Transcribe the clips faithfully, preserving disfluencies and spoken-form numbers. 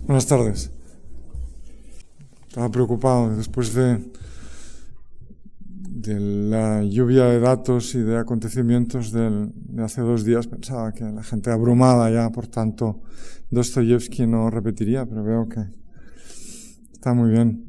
Buenas tardes. Estaba preocupado después de, de la lluvia de datos y de acontecimientos del, de hace dos días. Pensaba que la gente abrumada ya, por tanto, Dostoyevsky no repetiría, pero veo que está muy bien.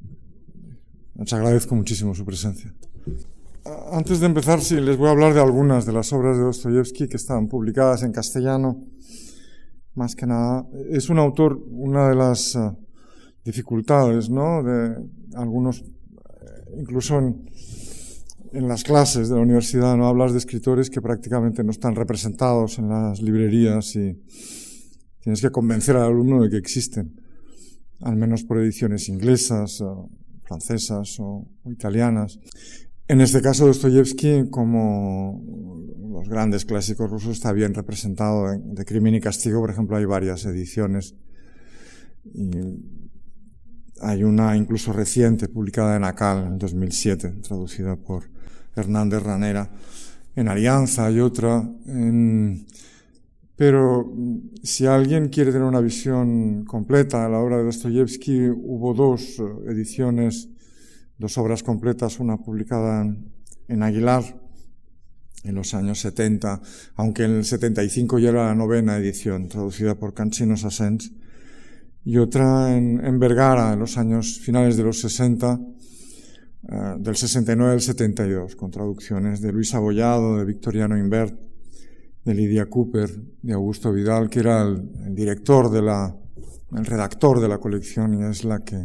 Les agradezco muchísimo su presencia. Antes de empezar, sí, les voy a hablar de algunas de las obras de Dostoyevsky que están publicadas en castellano. Más que nada, es un autor, una de las uh, dificultades, ¿no?, de algunos, incluso en, en las clases de la universidad, ¿no?, hablas de escritores que prácticamente no están representados en las librerías y tienes que convencer al alumno de que existen, al menos por ediciones inglesas, uh, francesas o, o italianas. En este caso, Dostoyevsky, como los grandes clásicos rusos, está bien representado. De Crimen y Castigo, por ejemplo, hay varias ediciones. Y hay una incluso reciente, publicada en Akal en dos mil siete, traducida por Hernández Ranera. En Alianza hay otra. En... Pero si alguien quiere tener una visión completa de la obra de Dostoyevsky, hubo dos ediciones, dos obras completas, una publicada en, en Aguilar en los años setenta, aunque en el setenta y cinco ya era la novena edición, traducida por Canchinos Asens, y otra en, en Vergara en los años finales de los sesenta, uh, del sesenta y nueve al setenta y dos, con traducciones de Luis Abollado, de Victoriano Imbert, de Lidia Cooper, de Augusto Vidal, que era el, el director de la, el redactor de la colección, y es la que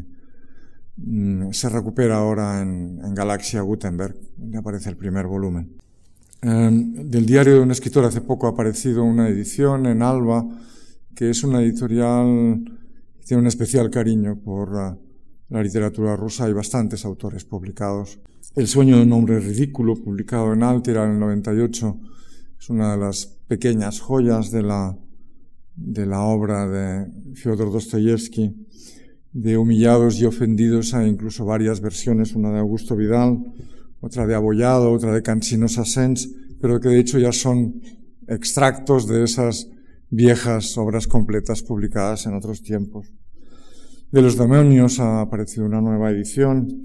se recupera ahora en, en Galaxia Gutenberg, donde aparece el primer volumen. Eh, del Diario de un escritor hace poco ha aparecido una edición en Alba, que es una editorial que tiene un especial cariño por uh, la literatura rusa. Hay bastantes autores publicados. El sueño de un hombre ridículo, publicado en Altera en el noventa y ocho, es una de las pequeñas joyas de la, de la obra de Fyodor Dostoyevsky. De Humillados y Ofendidos hay incluso varias versiones, una de Augusto Vidal, otra de Abollado, otra de Canchinos Asens, pero que de hecho ya son extractos de esas viejas obras completas publicadas en otros tiempos. De Los Demonios ha aparecido una nueva edición.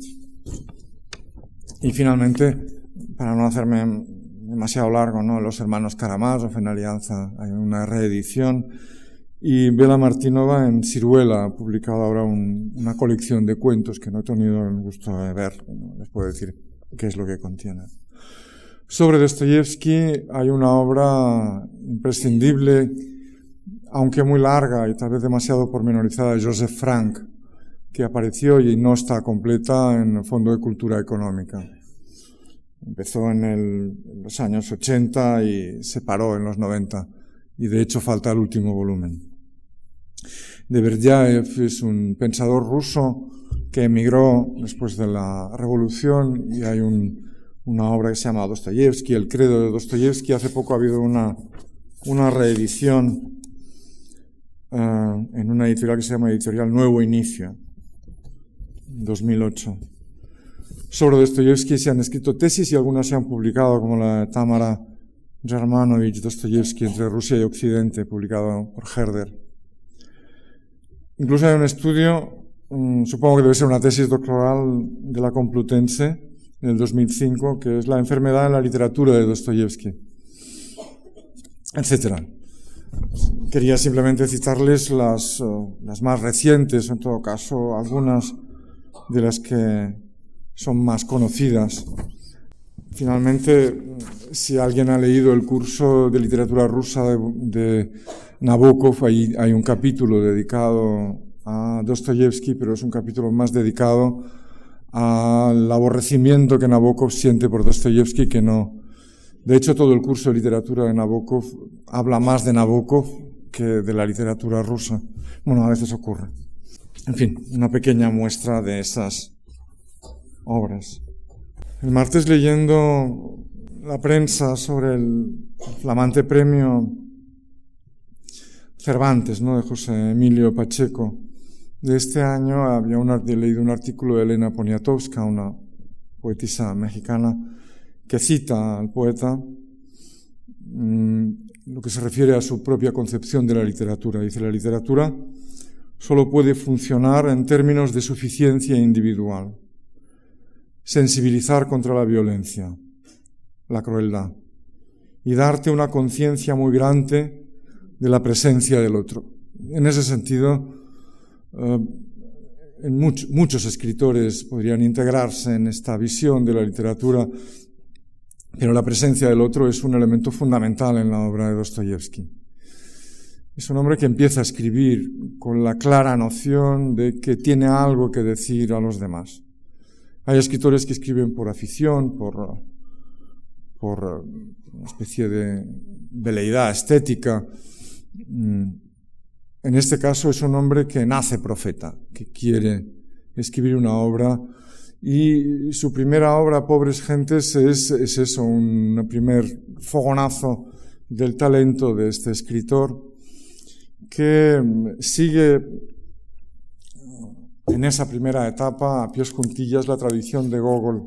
Y finalmente, para no hacerme demasiado largo, ¿no?, Los Hermanos Karamazov en Alianza hay una reedición. Y Bela Martínova en Ciruela ha publicado ahora un, una colección de cuentos que no he tenido el gusto de ver. No les puedo decir qué es lo que contiene. Sobre Dostoyevsky hay una obra imprescindible, aunque muy larga y tal vez demasiado pormenorizada, de Joseph Frank, que apareció y no está completa en el Fondo de Cultura Económica. Empezó en, el, en los años ochenta y se paró en los noventa, y de hecho falta el último volumen. De Berdyaev es un pensador ruso que emigró después de la Revolución, y hay un, una obra que se llama Dostoyevsky, el credo de Dostoyevsky. Hace poco ha habido una, una reedición uh, en una editorial que se llama Editorial Nuevo Inicio, dos mil ocho. Sobre Dostoyevsky se han escrito tesis y algunas se han publicado, como la de Tamara Germanovich, Dostoyevsky entre Rusia y Occidente, publicado por Herder. Incluso hay un estudio, um, supongo que debe ser una tesis doctoral de la Complutense, del dos mil cinco, que es La enfermedad en la literatura de Dostoyevsky, etcétera. Quería simplemente citarles las, uh, las más recientes, en todo caso, algunas de las que son más conocidas. Finalmente, si alguien ha leído el curso de literatura rusa de, de Nabokov, ahí hay un capítulo dedicado a Dostoyevsky, pero es un capítulo más dedicado al aborrecimiento que Nabokov siente por Dostoyevsky, que no. De hecho, todo el curso de literatura de Nabokov habla más de Nabokov que de la literatura rusa. Bueno, a veces ocurre. En fin, una pequeña muestra de esas obras. El martes, leyendo la prensa sobre el flamante premio Cervantes, ¿no?, de José Emilio Pacheco, de este año, había una, leído un artículo de Elena Poniatowska, una poetisa mexicana, que cita al poeta mmm, lo que se refiere a su propia concepción de la literatura. Dice: la literatura solo puede funcionar en términos de suficiencia individual. Sensibilizar contra la violencia, la crueldad, y darte una conciencia muy grande de la presencia del otro. En ese sentido, eh, en much, muchos escritores podrían integrarse en esta visión de la literatura, pero la presencia del otro es un elemento fundamental en la obra de Dostoyevski. Es un hombre que empieza a escribir con la clara noción de que tiene algo que decir a los demás. Hay escritores que escriben por afición, por, por una especie de veleidad estética. En este caso es un hombre que nace profeta, que quiere escribir una obra, y su primera obra, Pobres Gentes, es, es eso, un primer fogonazo del talento de este escritor, que sigue en esa primera etapa a pies juntillas la tradición de Gogol.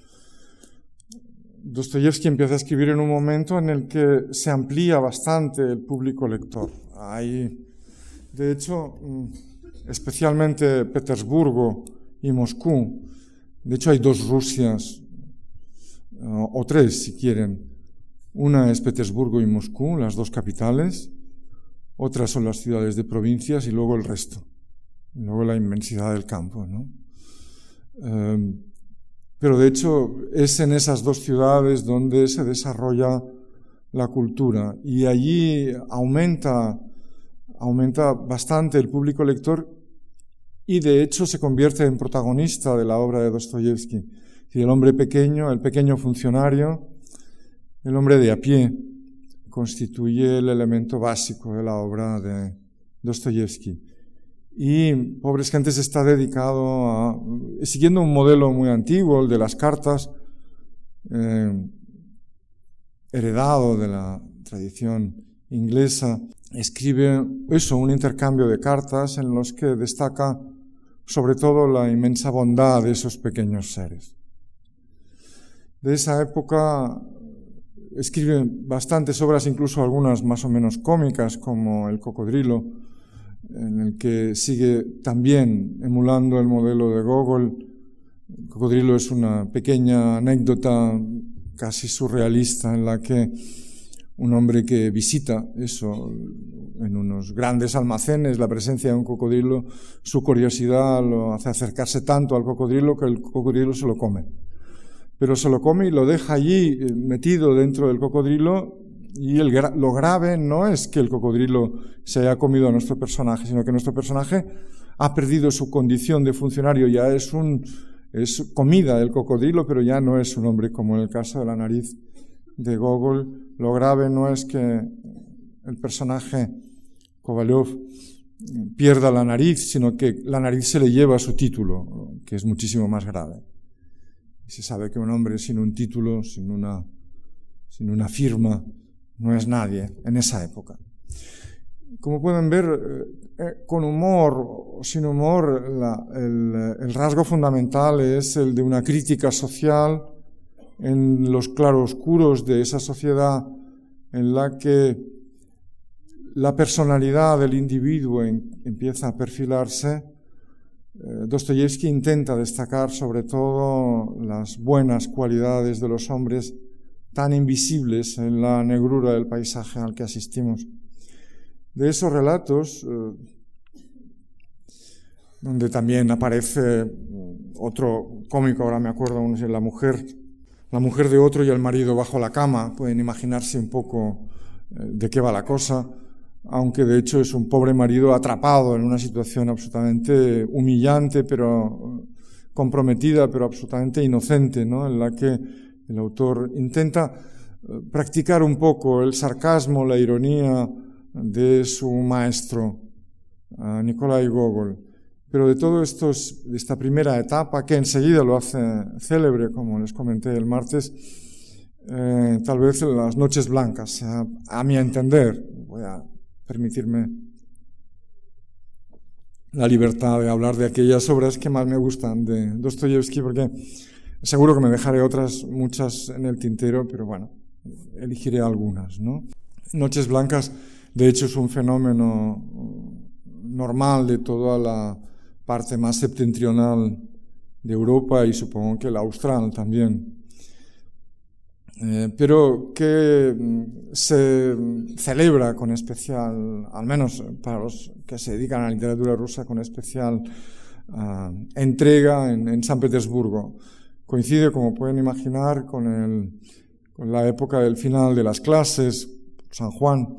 Dostoyevski empieza a escribir en un momento en el que se amplía bastante el público lector. Hay, de hecho, especialmente Petersburgo y Moscú. De hecho, hay dos Rusias, o tres si quieren. Una es Petersburgo y Moscú, las dos capitales. Otras son las ciudades de provincias y luego el resto. Y luego la inmensidad del campo, ¿no? Eh, pero de hecho es en esas dos ciudades donde se desarrolla la cultura, y allí aumenta, aumenta bastante el público lector, y de hecho se convierte en protagonista de la obra de Dostoyevski. El hombre pequeño, el pequeño funcionario, el hombre de a pie, constituye el elemento básico de la obra de Dostoyevski. Y Pobres Gentes está dedicado a, siguiendo un modelo muy antiguo, el de las cartas, eh, heredado de la tradición inglesa. Escribe eso, un intercambio de cartas en los que destaca sobre todo la inmensa bondad de esos pequeños seres. De esa época escribe bastantes obras, incluso algunas más o menos cómicas, como El cocodrilo, en el que sigue también emulando el modelo de Gogol. El cocodrilo es una pequeña anécdota casi surrealista en la que un hombre que visita eso en unos grandes almacenes, la presencia de un cocodrilo, su curiosidad lo hace acercarse tanto al cocodrilo que el cocodrilo se lo come. Pero se lo come y lo deja allí metido dentro del cocodrilo, y el, lo grave no es que el cocodrilo se haya comido a nuestro personaje, sino que nuestro personaje ha perdido su condición de funcionario, ya es, un, es comida del cocodrilo, pero ya no es un hombre, como en el caso de La nariz de Gogol. Lo grave no es que el personaje Kovalyov pierda la nariz, sino que la nariz se le lleva su título, que es muchísimo más grave. Y se sabe que un hombre sin un título, sin una, sin una firma, no es nadie en esa época. Como pueden ver, eh, con humor o sin humor, la, el, el rasgo fundamental es el de una crítica social en los claroscuros de esa sociedad en la que la personalidad del individuo en, empieza a perfilarse. Eh, Dostoyevski intenta destacar sobre todo las buenas cualidades de los hombres tan invisibles en la negrura del paisaje al que asistimos. De esos relatos, eh, donde también aparece otro cómico, ahora me acuerdo, uno es la mujer, la mujer de otro y el marido bajo la cama, pueden imaginarse un poco eh, de qué va la cosa, aunque de hecho es un pobre marido atrapado en una situación absolutamente humillante, pero comprometida, pero absolutamente inocente, ¿no? En la que el autor intenta practicar un poco el sarcasmo, la ironía de su maestro, Nikolai Gogol. Pero de todo esto, de esta primera etapa, que enseguida lo hace célebre, como les comenté el martes, eh, tal vez Las noches blancas, a, a mi entender, voy a permitirme la libertad de hablar de aquellas obras que más me gustan de Dostoyevski, porque seguro que me dejaré otras muchas en el tintero, pero bueno, elegiré algunas, ¿no? Noches blancas, de hecho, es un fenómeno normal de toda la parte más septentrional de Europa y supongo que la austral también. Eh, pero que se celebra con especial, al menos para los que se dedican a la literatura rusa, con especial uh, entrega en, en San Petersburgo. Coincide, como pueden imaginar, con, el, con la época del final de las clases, San Juan.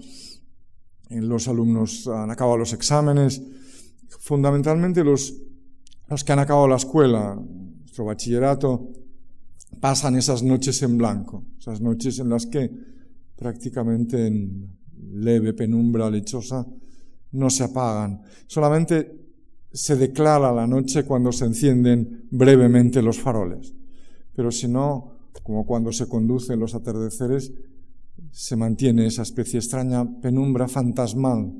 Los alumnos han acabado los exámenes, fundamentalmente los, los que han acabado la escuela, nuestro bachillerato, pasan esas noches en blanco, esas noches en las que prácticamente en leve penumbra lechosa no se apagan. Solamente se declara la noche cuando se encienden brevemente los faroles. Pero si no, como cuando se conducen los atardeceres, se mantiene esa especie extraña penumbra fantasmal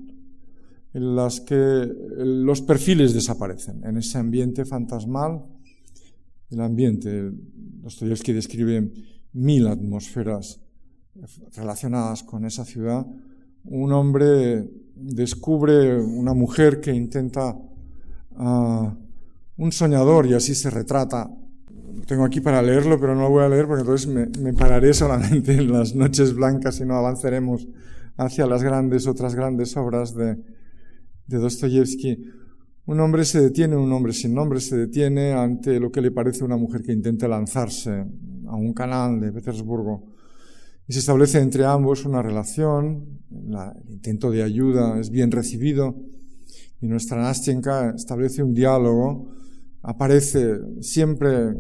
en las que los perfiles desaparecen. En ese ambiente fantasmal, el ambiente, Dostoyevski describe mil atmósferas relacionadas con esa ciudad. Un hombre descubre una mujer que intenta uh, un soñador, y así se retrata. Lo tengo aquí para leerlo, pero no lo voy a leer porque entonces me, me pararé solamente en las noches blancas y no avanzaremos hacia las grandes, otras grandes obras de, de Dostoyevski. Un hombre se detiene, un hombre sin nombre se detiene ante lo que le parece una mujer que intenta lanzarse a un canal de Petersburgo. Y se establece entre ambos una relación, la, el intento de ayuda es bien recibido, y nuestra Nastenka establece un diálogo, aparece siempre,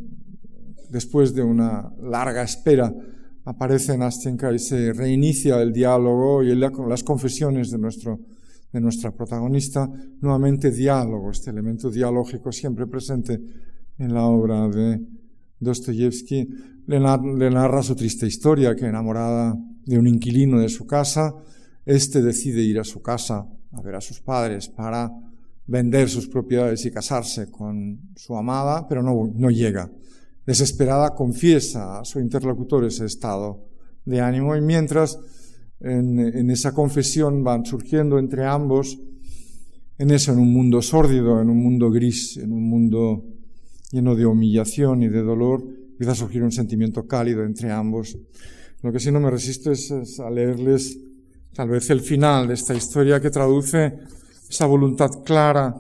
después de una larga espera, aparece Nastenka y se reinicia el diálogo, y las confesiones de nuestro de nuestra protagonista, nuevamente diálogo, este elemento dialógico siempre presente en la obra de Dostoyevski. Le, le narra su triste historia, que enamorada de un inquilino de su casa, este decide ir a su casa a ver a sus padres para vender sus propiedades y casarse con su amada, pero no, no llega. Desesperada confiesa a su interlocutor ese estado de ánimo, y mientras En, en esa confesión van surgiendo entre ambos, en eso, en un mundo sórdido, en un mundo gris, en un mundo lleno de humillación y de dolor, empieza a surgir un sentimiento cálido entre ambos. Lo que sí no me resisto es, es a leerles tal vez el final de esta historia, que traduce esa voluntad clara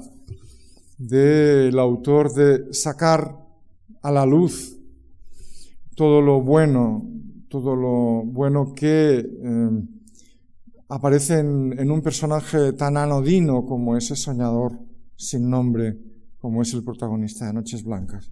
del autor de sacar a la luz todo lo bueno, todo lo bueno que eh, aparece en, en un personaje tan anodino como ese soñador sin nombre, como es el protagonista de Noches Blancas.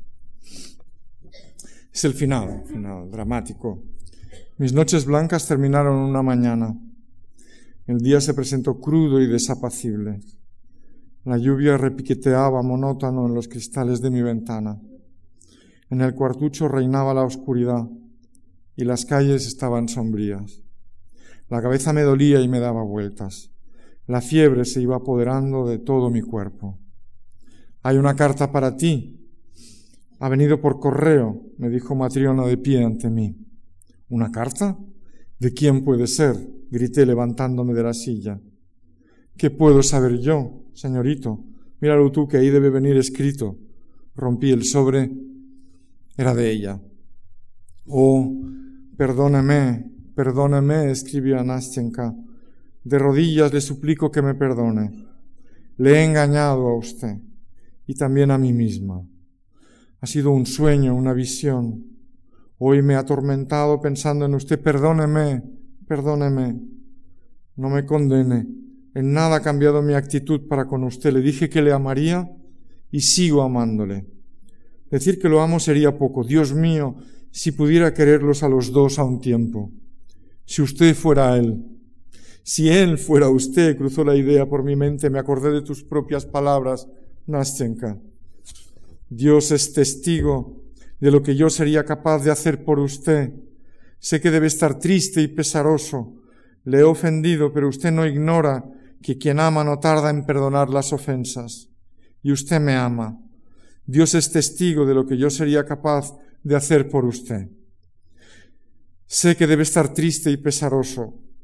Es el final, el final dramático. Mis noches blancas terminaron una mañana. El día se presentó crudo y desapacible. La lluvia repiqueteaba monótono en los cristales de mi ventana. En el cuartucho reinaba la oscuridad y las calles estaban sombrías. La cabeza me dolía y me daba vueltas. La fiebre se iba apoderando de todo mi cuerpo. «Hay una carta para ti. Ha venido por correo», me dijo Matriona de pie ante mí. «¿Una carta? ¿De quién puede ser?», grité levantándome de la silla. «¿Qué puedo saber yo, señorito? Míralo tú, que ahí debe venir escrito». Rompí el sobre. Era de ella. «Oh, perdóneme, perdóneme», escribió a Nastenka. «De rodillas le suplico que me perdone. Le he engañado a usted y también a mí misma. Ha sido un sueño, una visión. Hoy me he atormentado pensando en usted. Perdóneme, perdóneme. No me condene. En nada ha cambiado mi actitud para con usted. Le dije que le amaría y sigo amándole. Decir que lo amo sería poco. Dios mío, si pudiera quererlos a los dos a un tiempo. Si usted fuera él. Si él fuera usted, cruzó la idea por mi mente. Me acordé de tus propias palabras, Nastenka. Dios es testigo de lo que yo sería capaz de hacer por usted. Sé que debe estar triste y pesaroso. Le he ofendido, pero usted no ignora que quien ama no tarda en perdonar las ofensas. Y usted me ama. Dios es testigo de lo que yo sería capaz de hacer por usted. Sé que debe estar triste y pesaroso,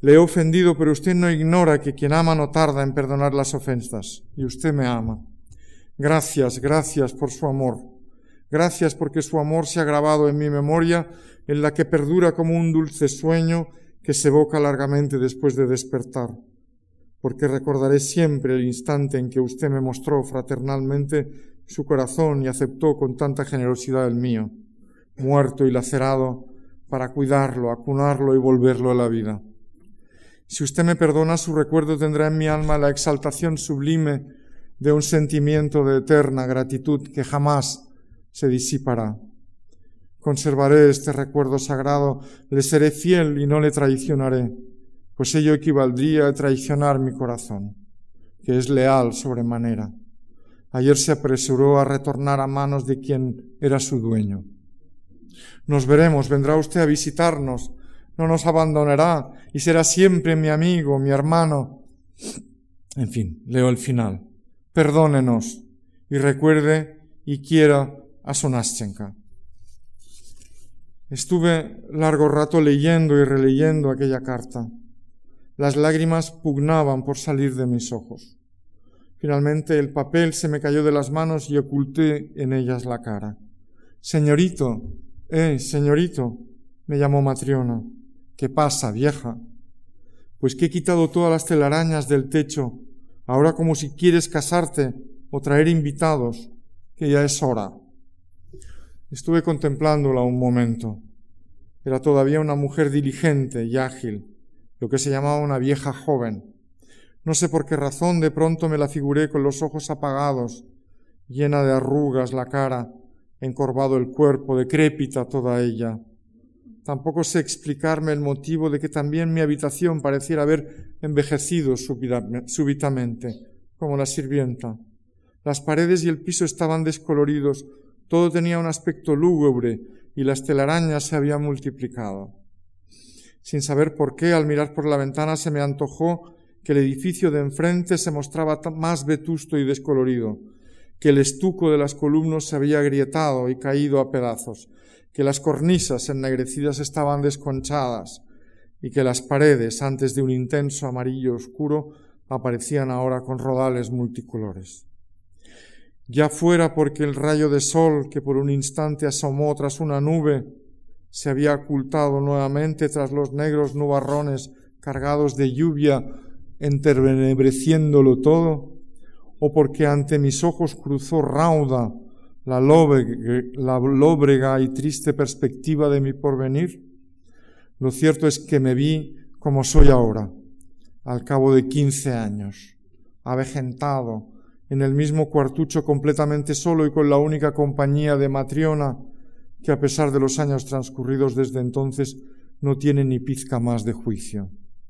Le he ofendido, pero usted no ignora que quien ama no tarda en perdonar las ofensas, y usted me ama. Gracias, gracias por su amor. Gracias porque su amor se ha grabado en mi memoria, en la que perdura como un dulce sueño que se evoca largamente después de despertar. Porque recordaré siempre el instante en que usted me mostró fraternalmente su corazón y aceptó con tanta generosidad el mío, muerto y lacerado, para cuidarlo, acunarlo y volverlo a la vida. Si usted me perdona, su recuerdo tendrá en mi alma la exaltación sublime de un sentimiento de eterna gratitud que jamás se disipará. Conservaré este recuerdo sagrado, le seré fiel y no le traicionaré, pues ello equivaldría a traicionar mi corazón, que es leal sobremanera. Ayer se apresuró a retornar a manos de quien era su dueño. Nos veremos, vendrá usted a visitarnos, no nos abandonará y será siempre mi amigo, mi hermano. En fin, leo el final. Perdónenos y recuerde y quiera a Sonáschenka. Estuve largo rato leyendo y releyendo aquella carta. Las lágrimas pugnaban por salir de mis ojos. Finalmente el papel se me cayó de las manos y oculté en ellas la cara. Señorito, eh, señorito, me llamó Matriona. ¿Qué pasa, vieja? Pues que he quitado todas las telarañas del techo, ahora como si quieres casarte o traer invitados, que ya es hora. Estuve contemplándola un momento. Era todavía una mujer diligente y ágil, lo que se llamaba una vieja joven. No sé por qué razón de pronto me la figuré con los ojos apagados, llena de arrugas la cara, encorvado el cuerpo, decrépita toda ella. Tampoco sé explicarme el motivo de que también mi habitación pareciera haber envejecido súbitamente, como la sirvienta. Las paredes y el piso estaban descoloridos, todo tenía un aspecto lúgubre y las telarañas se habían multiplicado. Sin saber por qué, al mirar por la ventana se me antojó que el edificio de enfrente se mostraba más vetusto y descolorido, que el estuco de las columnas se había agrietado y caído a pedazos, que las cornisas ennegrecidas estaban desconchadas y que las paredes, antes de un intenso amarillo oscuro, aparecían ahora con rodales multicolores. Ya fuera porque el rayo de sol que por un instante asomó tras una nube se había ocultado nuevamente tras los negros nubarrones cargados de lluvia, entenebreciéndolo todo, o porque ante mis ojos cruzó rauda la lóbrega, la lóbrega y triste perspectiva de mi porvenir. Lo cierto es que me vi como soy ahora, al cabo de quince años, avejentado, en el mismo cuartucho completamente solo y con la única compañía de Matriona, que a pesar de los años transcurridos desde entonces no tiene ni pizca más de juicio.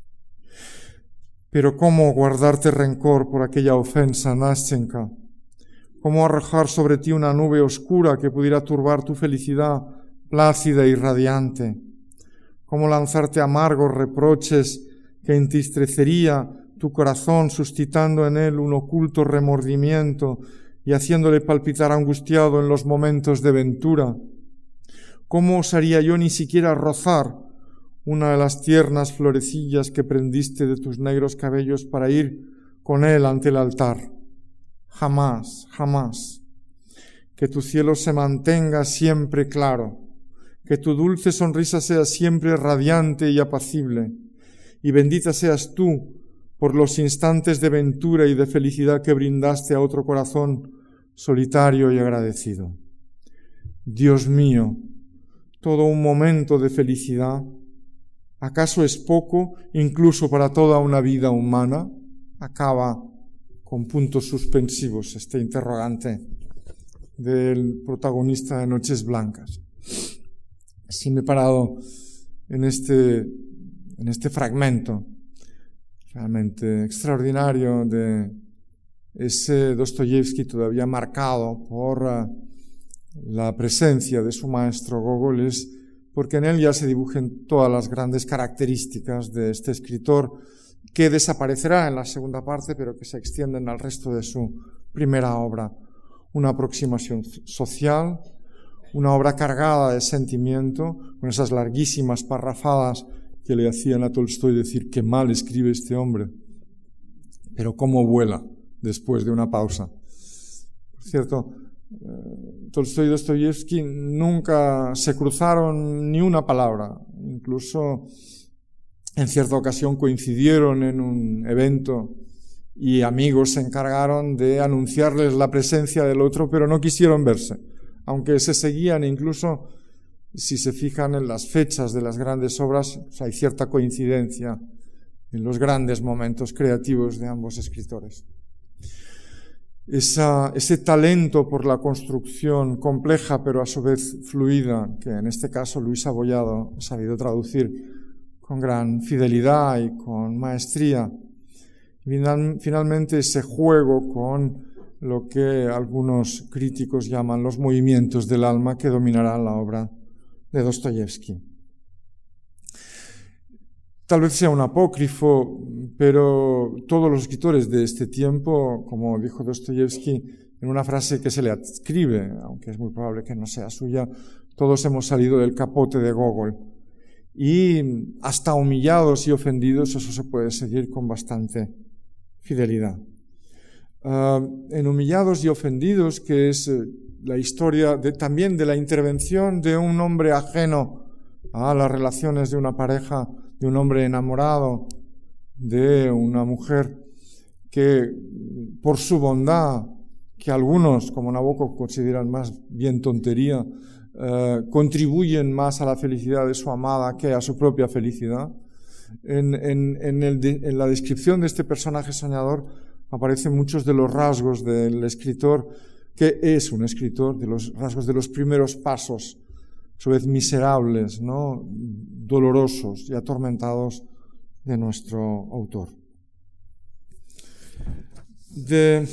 Pero ¿cómo guardarte rencor por aquella ofensa, Naschenka? ¿Cómo arrojar sobre ti una nube oscura que pudiera turbar tu felicidad plácida y radiante? ¿Cómo lanzarte amargos reproches que entristecería tu corazón, suscitando en él un oculto remordimiento y haciéndole palpitar angustiado en los momentos de ventura? ¿Cómo osaría yo ni siquiera rozar una de las tiernas florecillas que prendiste de tus negros cabellos para ir con él ante el altar? Jamás, jamás. Que tu cielo se mantenga siempre claro, que tu dulce sonrisa sea siempre radiante y apacible, y bendita seas tú por los instantes de ventura y de felicidad que brindaste a otro corazón solitario y agradecido. Dios mío, todo un momento de felicidad, ¿acaso es poco incluso para toda una vida humana? Acaba con puntos suspensivos este interrogante del protagonista de Noches Blancas. Así me he parado en este, en este fragmento realmente extraordinario de ese Dostoyevsky todavía marcado por uh, la presencia de su maestro Gogol, es porque en él ya se dibujan todas las grandes características de este escritor, que desaparecerá en la segunda parte, pero que se extienden al resto de su primera obra. Una aproximación social, una obra cargada de sentimiento, con esas larguísimas parrafadas que le hacían a Tolstói decir qué mal escribe este hombre, pero cómo vuela después de una pausa. Por cierto, eh, Tolstói y Dostoyevsky nunca se cruzaron ni una palabra, incluso en cierta ocasión coincidieron en un evento y amigos se encargaron de anunciarles la presencia del otro, pero no quisieron verse, aunque se seguían. Incluso si se fijan en las fechas de las grandes obras, pues hay cierta coincidencia en los grandes momentos creativos de ambos escritores. Esa, ese talento por la construcción compleja pero a su vez fluida, que en este caso Luis Abollado ha sabido traducir con gran fidelidad y con maestría. Final, finalmente ese juego con lo que algunos críticos llaman los movimientos del alma que dominarán la obra de Dostoyevsky. Tal vez sea un apócrifo, pero todos los escritores de este tiempo, como dijo Dostoyevsky en una frase que se le adscribe, aunque es muy probable que no sea suya, todos hemos salido del capote de Gogol. Y hasta humillados y ofendidos, eso se puede seguir con bastante fidelidad. Uh, en Humillados y Ofendidos, que es uh, la historia de, también de la intervención de un hombre ajeno a las relaciones de una pareja, de un hombre enamorado de una mujer que por su bondad, que algunos como Nabokov consideran más bien tontería, Uh, contribuyen más a la felicidad de su amada que a su propia felicidad. En, en, en, el de, en la descripción de este personaje soñador aparecen muchos de los rasgos del escritor, que es un escritor, de los rasgos de los primeros pasos, a su vez miserables, ¿no?, dolorosos y atormentados de nuestro autor. De...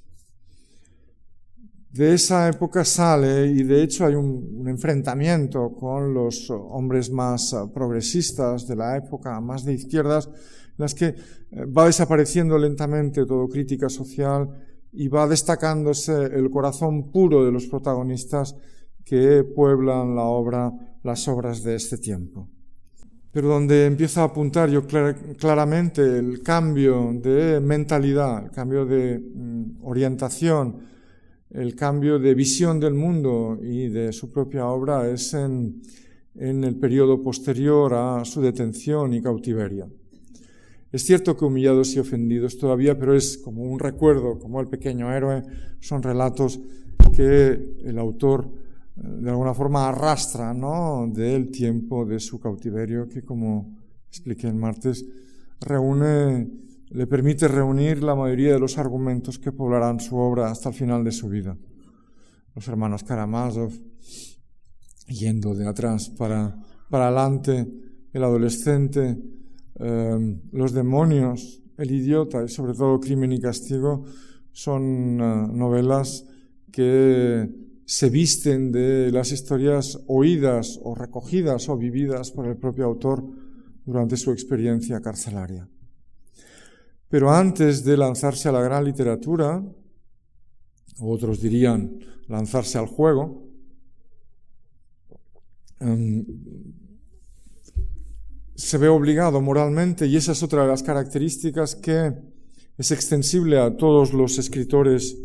De esa época sale, y de hecho hay un, un enfrentamiento con los hombres más uh, progresistas de la época, más de izquierdas, en las que uh, va desapareciendo lentamente todo crítica social y va destacándose el corazón puro de los protagonistas que pueblan la obra, las obras de este tiempo. Pero donde empiezo a apuntar yo clar- claramente el cambio de mentalidad, el cambio de mm, orientación, el cambio de visión del mundo y de su propia obra es en, en el periodo posterior a su detención y cautiverio. Es cierto que Humillados y Ofendidos todavía, pero es como un recuerdo, como El pequeño héroe, son relatos que el autor de alguna forma arrastra, ¿no?, del tiempo de su cautiverio, que, como expliqué el martes, reúne... le permite reunir la mayoría de los argumentos que poblarán su obra hasta el final de su vida. Los hermanos Karamazov, yendo de atrás para, para adelante, el adolescente, eh, los demonios, el idiota y sobre todo Crimen y Castigo, son uh, novelas que se visten de las historias oídas o recogidas o vividas por el propio autor durante su experiencia carcelaria. Pero antes de lanzarse a la gran literatura, otros dirían lanzarse al juego, um, se ve obligado moralmente, y esa es otra de las características que es extensible a todos los escritores,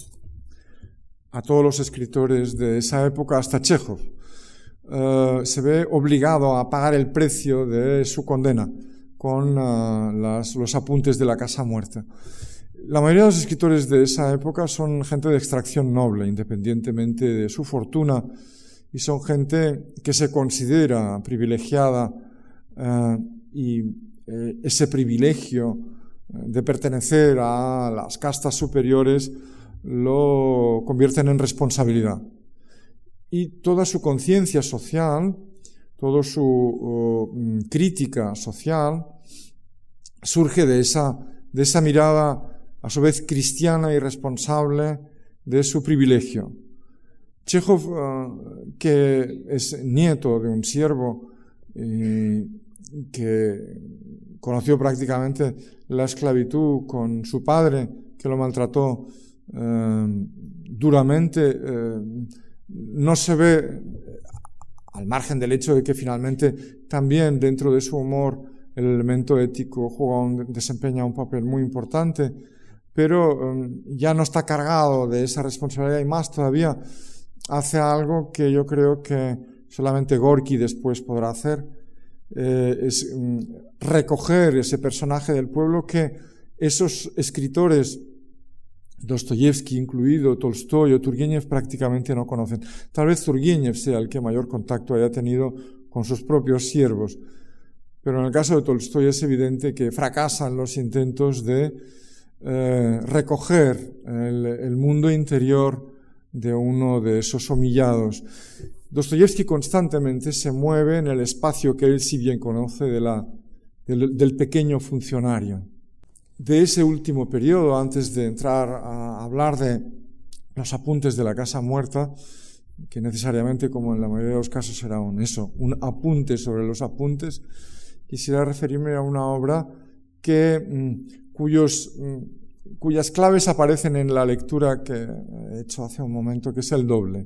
a todos los escritores de esa época, hasta Chekhov. Uh, se ve obligado a pagar el precio de su condena con uh, las, los apuntes de la Casa Muerta. La mayoría de los escritores de esa época son gente de extracción noble, independientemente de su fortuna, y son gente que se considera privilegiada, uh, y eh, ese privilegio de pertenecer a las castas superiores lo convierten en responsabilidad. Y toda su conciencia social, toda su uh, crítica social, surge de esa, de esa mirada a su vez cristiana y responsable de su privilegio. Chekhov, uh, que es nieto de un siervo eh, que conoció prácticamente la esclavitud con su padre, que lo maltrató eh, duramente, eh, no se ve al margen del hecho de que finalmente también dentro de su humor el elemento ético juega un, desempeña un papel muy importante, pero um, ya no está cargado de esa responsabilidad y más todavía hace algo que yo creo que solamente Gorki después podrá hacer, eh, es um, recoger ese personaje del pueblo que esos escritores, Dostoyevsky incluido, Tolstoy o Turgenev, prácticamente no conocen. Tal vez Turgenev sea el que mayor contacto haya tenido con sus propios siervos, pero en el caso de Tolstoy es evidente que fracasan los intentos de eh, recoger el, el mundo interior de uno de esos humillados. Dostoyevsky constantemente se mueve en el espacio que él sí bien conoce de la, del, del pequeño funcionario. De ese último periodo, antes de entrar a hablar de los apuntes de la Casa Muerta, que necesariamente, como en la mayoría de los casos, será un eso, un apunte sobre los apuntes, quisiera referirme a una obra que, cuyos, cuyas claves aparecen en la lectura que he hecho hace un momento, que es El Doble.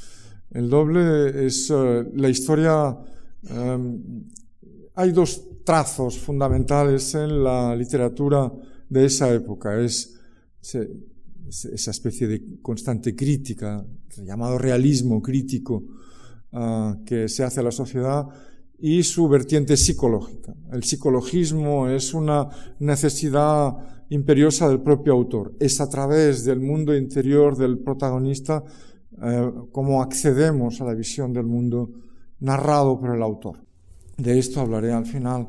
El Doble es uh, la historia... Um, hay dos trazos fundamentales en la literatura de esa época. Es, es esa especie de constante crítica, llamado realismo crítico, uh, que se hace a la sociedad, y su vertiente psicológica. El psicologismo es una necesidad imperiosa del propio autor. Es a través del mundo interior del protagonista eh, como accedemos a la visión del mundo narrado por el autor. De esto hablaré al final,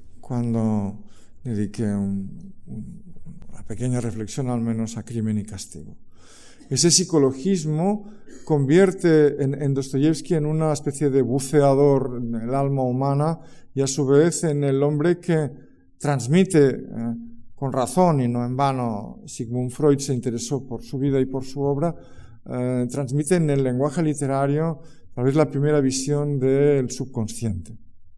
cuando dediqué un, un, una pequeña reflexión al menos a Crimen y Castigo. Ese psicologismo convierte en, en Dostoyevsky en una especie de buceador en el alma humana y a su vez en el hombre que transmite, eh, con razón y no en vano, Sigmund Freud se interesó por su vida y por su obra, eh, transmite en el lenguaje literario tal vez la primera visión del subconsciente,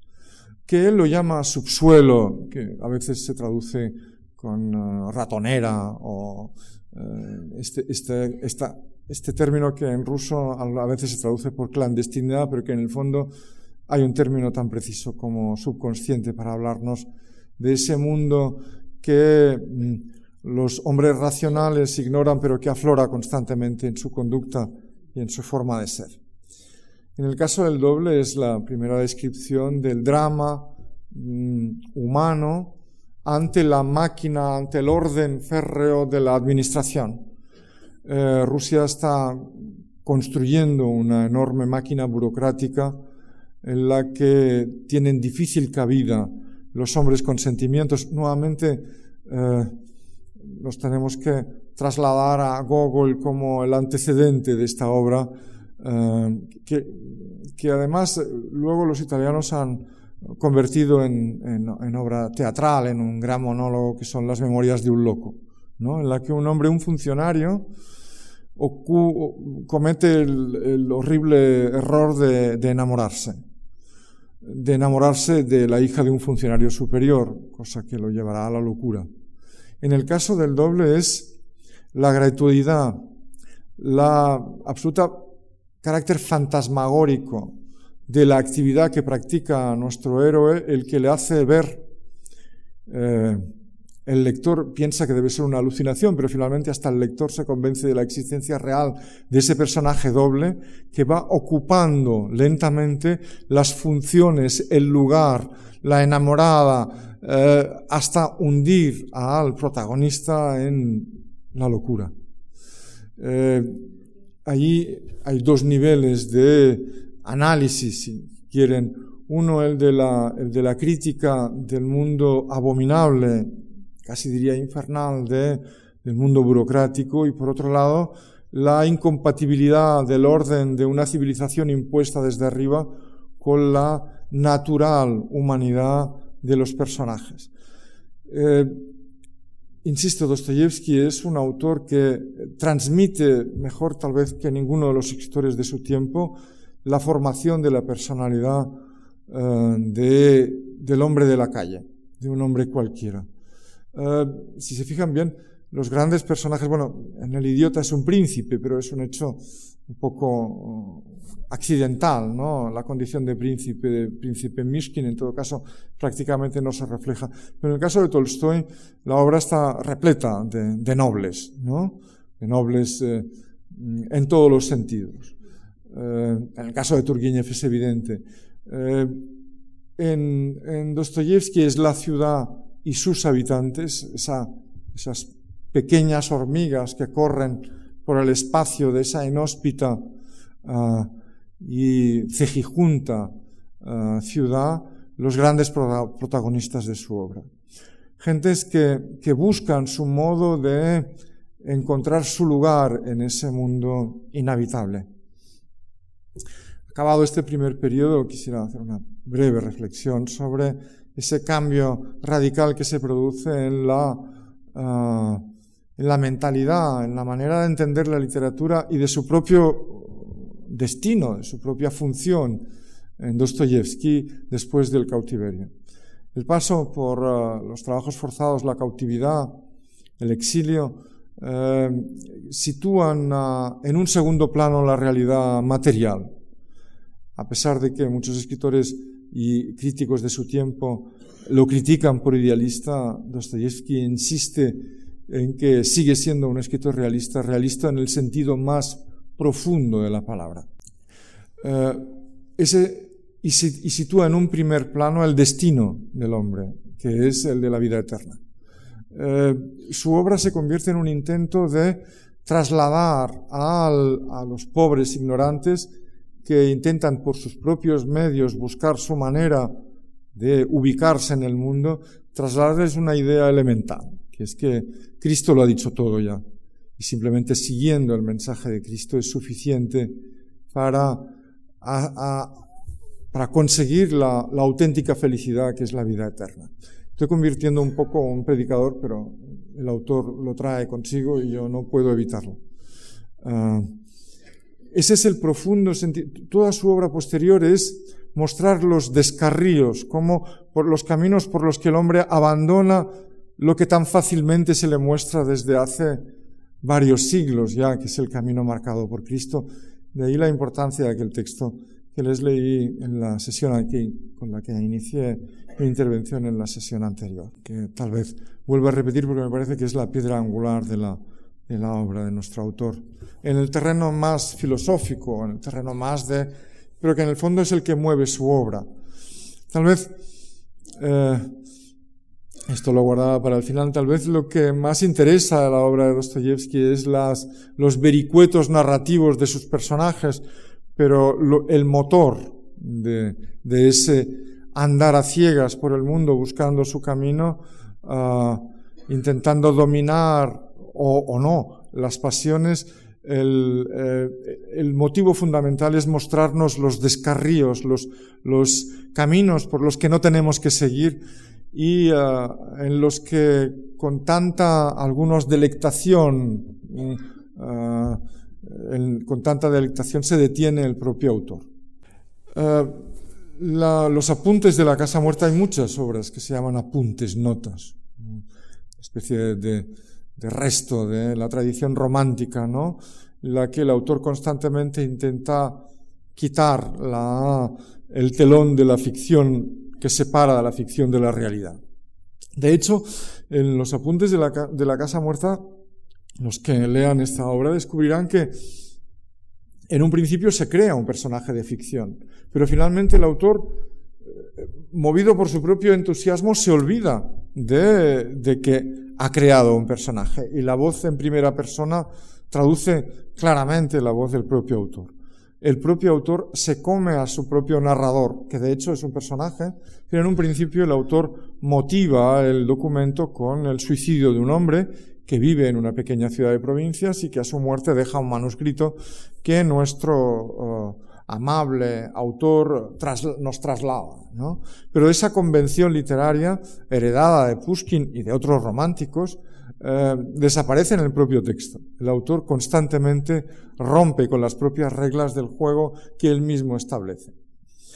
que él lo llama subsuelo, que a veces se traduce con uh, ratonera o uh, este, este, esta, este término que en ruso a veces se traduce por clandestinidad, pero que en el fondo hay un término tan preciso como subconsciente para hablarnos de ese mundo que mm, los hombres racionales ignoran, pero que aflora constantemente en su conducta y en su forma de ser. En el caso del Doble es la primera descripción del drama mm, humano ante la máquina, ante el orden férreo de la administración. Eh, Rusia está construyendo una enorme máquina burocrática en la que tienen difícil cabida los hombres con sentimientos. Nuevamente eh, los tenemos que trasladar a Gogol como el antecedente de esta obra, eh, que, que además luego los italianos han convertido en, en, en obra teatral, en un gran monólogo que son Las Memorias de un loco, ¿no? En la que un hombre, un funcionario, ocu- comete el, el horrible error de, de enamorarse, de enamorarse de la hija de un funcionario superior, cosa que lo llevará a la locura. En el caso del Doble es la gratuidad, la absoluta carácter fantasmagórico de la actividad que practica nuestro héroe, el que le hace ver, eh, el lector piensa que debe ser una alucinación, pero finalmente hasta el lector se convence de la existencia real de ese personaje doble que va ocupando lentamente las funciones, el lugar, la enamorada, eh, hasta hundir al protagonista en la locura. Eh, allí hay dos niveles de análisis, si quieren. Uno, el de la, el de la crítica del mundo abominable, casi diría infernal, de, del mundo burocrático, y por otro lado, la incompatibilidad del orden de una civilización impuesta desde arriba con la natural humanidad de los personajes. Eh, insisto, Dostoyevsky es un autor que transmite mejor tal vez que ninguno de los escritores de su tiempo la formación de la personalidad uh, de, del hombre de la calle, de un hombre cualquiera. Uh, si se fijan bien, los grandes personajes, bueno, en El idiota es un príncipe, pero es un hecho un poco accidental, ¿no? La condición de príncipe, de príncipe Mishkin, en todo caso, prácticamente no se refleja. Pero en el caso de Tolstoy, la obra está repleta de, de nobles, ¿no? De nobles eh, en todos los sentidos. Eh, en el caso de Turgenev es evidente. Eh, en, en Dostoyevsky es la ciudad y sus habitantes, esa, esas pequeñas hormigas que corren por el espacio de esa inhóspita uh, y cejijunta uh, ciudad, los grandes pro protagonistas de su obra. Gentes que, que buscan su modo de encontrar su lugar en ese mundo inhabitable. Acabado este primer periodo, quisiera hacer una breve reflexión sobre ese cambio radical que se produce en la, uh, en la mentalidad, en la manera de entender la literatura y de su propio destino, de su propia función en Dostoyevsky después del cautiverio. El paso por uh, los trabajos forzados, la cautividad, el exilio, eh, sitúan uh, en un segundo plano la realidad material. A pesar de que muchos escritores y críticos de su tiempo lo critican por idealista, Dostoyevsky insiste en que sigue siendo un escritor realista, realista en el sentido más profundo de la palabra. Eh, ese, y, y sitúa en un primer plano el destino del hombre, que es el de la vida eterna. Eh, su obra se convierte en un intento de trasladar al, a los pobres ignorantes que intentan por sus propios medios buscar su manera de ubicarse en el mundo, trasladarles una idea elemental, que es que Cristo lo ha dicho todo ya, y simplemente siguiendo el mensaje de Cristo es suficiente para, a, a, para conseguir la, la auténtica felicidad que es la vida eterna. Estoy convirtiendo un poco en un predicador, pero el autor lo trae consigo y yo no puedo evitarlo. Uh, ese es el profundo sentido. Toda su obra posterior es mostrar los descarríos, como por los caminos por los que el hombre abandona lo que tan fácilmente se le muestra desde hace varios siglos ya, que es el camino marcado por Cristo. De ahí la importancia de aquel texto que les leí en la sesión aquí, con la que inicié mi intervención en la sesión anterior, que tal vez vuelvo a repetir porque me parece que es la piedra angular de la, de la obra de nuestro autor. En el terreno más filosófico, en el terreno más de... pero que en el fondo es el que mueve su obra. Tal vez, eh, esto lo guardaba para el final, tal vez lo que más interesa de la obra de Dostoyevsky es las, los vericuetos narrativos de sus personajes, pero lo, el motor de, de ese andar a ciegas por el mundo buscando su camino, uh, intentando dominar o, o no las pasiones, el, eh, el motivo fundamental es mostrarnos los descarríos, los, los caminos por los que no tenemos que seguir y uh, en los que con tanta, algunos delectación, uh, el, con tanta delectación se detiene el propio autor. Uh, la, los apuntes de la Casa Muerta, hay muchas obras que se llaman apuntes, notas, una especie de, de, de resto de la tradición romántica, ¿no? En la que el autor constantemente intenta quitar la, el telón de la ficción que separa de la ficción de la realidad. De hecho, en los apuntes de la, de la Casa Muerta, los que lean esta obra descubrirán que en un principio se crea un personaje de ficción, pero finalmente el autor, movido por su propio entusiasmo, se olvida de, de que ha creado un personaje y la voz en primera persona traduce claramente la voz del propio autor. El propio autor se come a su propio narrador, que de hecho es un personaje, pero en un principio el autor motiva el documento con el suicidio de un hombre que vive en una pequeña ciudad de provincias y que a su muerte deja un manuscrito que nuestro uh, amable autor tras, nos traslada, ¿no? Pero esa convención literaria heredada de Pushkin y de otros románticos eh, desaparece en el propio texto. El autor constantemente rompe con las propias reglas del juego que él mismo establece.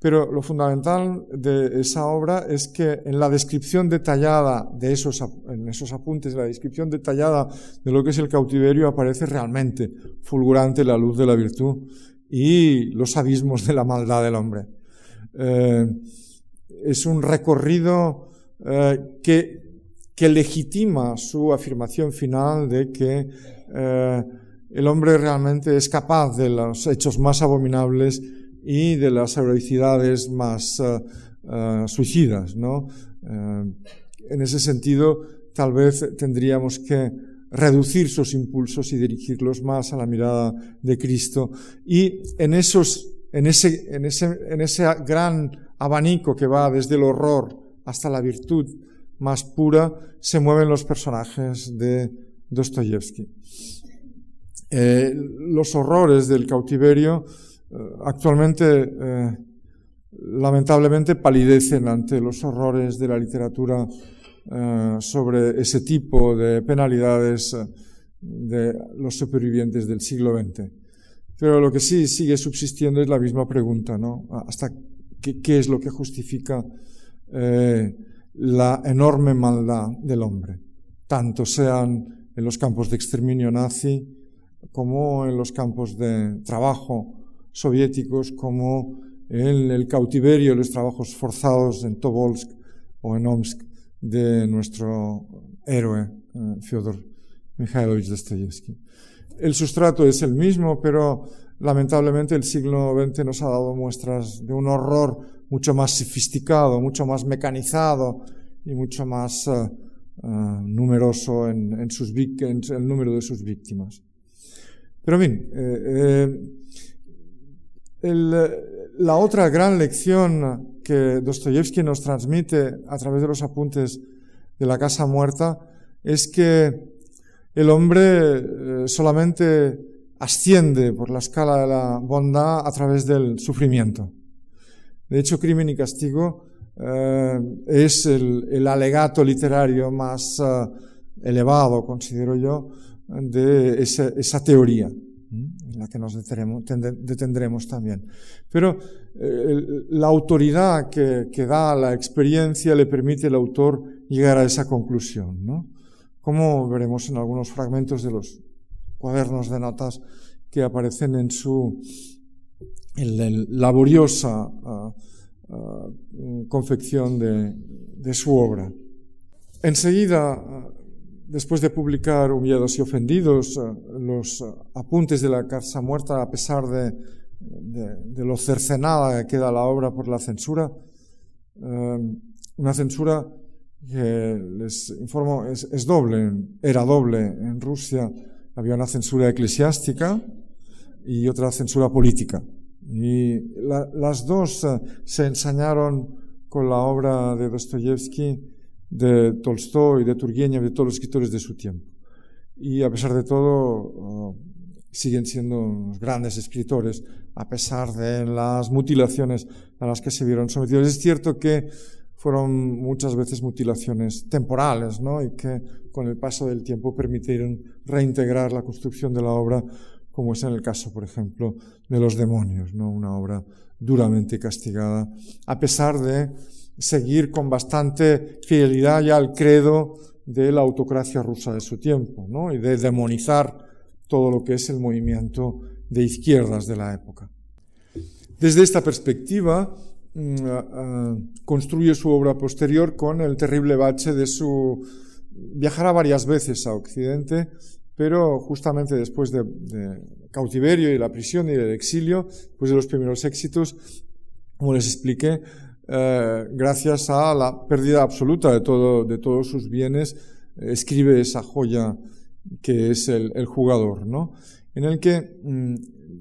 Pero lo fundamental de esa obra es que en la descripción detallada de esos, en esos apuntes, la descripción detallada de lo que es el cautiverio, aparece realmente fulgurante la luz de la virtud y los abismos de la maldad del hombre. Eh, es un recorrido eh, que, que legitima su afirmación final de que eh, el hombre realmente es capaz de los hechos más abominables y de las heroicidades más uh, uh, suicidas, ¿no? Uh, en ese sentido, tal vez tendríamos que reducir sus impulsos y dirigirlos más a la mirada de Cristo. Y en esos, en ese, en ese, en ese gran abanico que va desde el horror hasta la virtud más pura, se mueven los personajes de Dostoyevski. Eh, los horrores del cautiverio actualmente, eh, lamentablemente, palidecen ante los horrores de la literatura eh, sobre ese tipo de penalidades eh, de los supervivientes del siglo veinte. Pero lo que sí sigue subsistiendo es la misma pregunta, ¿no? Hasta qué, qué es lo que justifica eh, la enorme maldad del hombre, tanto sean en los campos de exterminio nazi como en los campos de trabajo soviéticos, como en el cautiverio, los trabajos forzados en Tobolsk o en Omsk de nuestro héroe, eh, Fyodor Mikhailovich Dostoyevsky. El sustrato es el mismo, pero lamentablemente el siglo veinte nos ha dado muestras de un horror mucho más sofisticado, mucho más mecanizado y mucho más uh, uh, numeroso en, en, sus, en el número de sus víctimas. Pero bien, eh, eh, El, la otra gran lección que Dostoyevsky nos transmite a través de los apuntes de la Casa Muerta es que el hombre eh, solamente asciende por la escala de la bondad a través del sufrimiento. De hecho, Crimen y Castigo eh, es el, el alegato literario más eh, elevado, considero yo, de esa, esa teoría, en la que nos detendremos también. Pero eh, la autoridad que, que da la experiencia le permite al autor llegar a esa conclusión, ¿no? Como veremos en algunos fragmentos de los cuadernos de notas que aparecen en su en la laboriosa uh, uh, confección de, de su obra. Enseguida, uh, después de publicar Humillados y Ofendidos, los apuntes de la Casa Muerta, a pesar de, de, de lo cercenada que queda la obra por la censura, eh, una censura que, les informo, es, es doble, era doble en Rusia. Había una censura eclesiástica y otra censura política. Y la, las dos eh, se ensañaron con la obra de Dostoyevsky, de Tolstói, de Turgenev, de todos los escritores de su tiempo. Y a pesar de todo, uh, siguen siendo unos grandes escritores, a pesar de las mutilaciones a las que se vieron sometidos. Es cierto que fueron muchas veces mutilaciones temporales, ¿no? Y que con el paso del tiempo permitieron reintegrar la construcción de la obra, como es en el caso, por ejemplo, de Los demonios, ¿no? Una obra duramente castigada, a pesar de seguir con bastante fidelidad ya al credo de la autocracia rusa de su tiempo, ¿no? Y de demonizar todo lo que es el movimiento de izquierdas de la época. Desde esta perspectiva, uh, uh, construye su obra posterior con el terrible bache de su... Viajará varias veces a Occidente, pero justamente después de, de cautiverio y la prisión y el exilio, pues de los primeros éxitos, como les expliqué, Eh, gracias a la pérdida absoluta de, todo, de todos sus bienes, eh, escribe esa joya que es el, el jugador, ¿no? En el que mmm,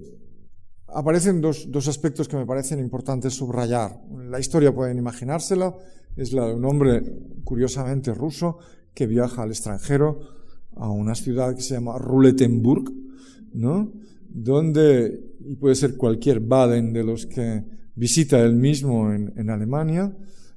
aparecen dos, dos aspectos que me parecen importantes subrayar. La historia, pueden imaginársela, es la de un hombre curiosamente ruso que viaja al extranjero a una ciudad que se llama Ruletenburg, ¿no? Donde, y puede ser cualquier Baden de los que visita él mismo en, en Alemania,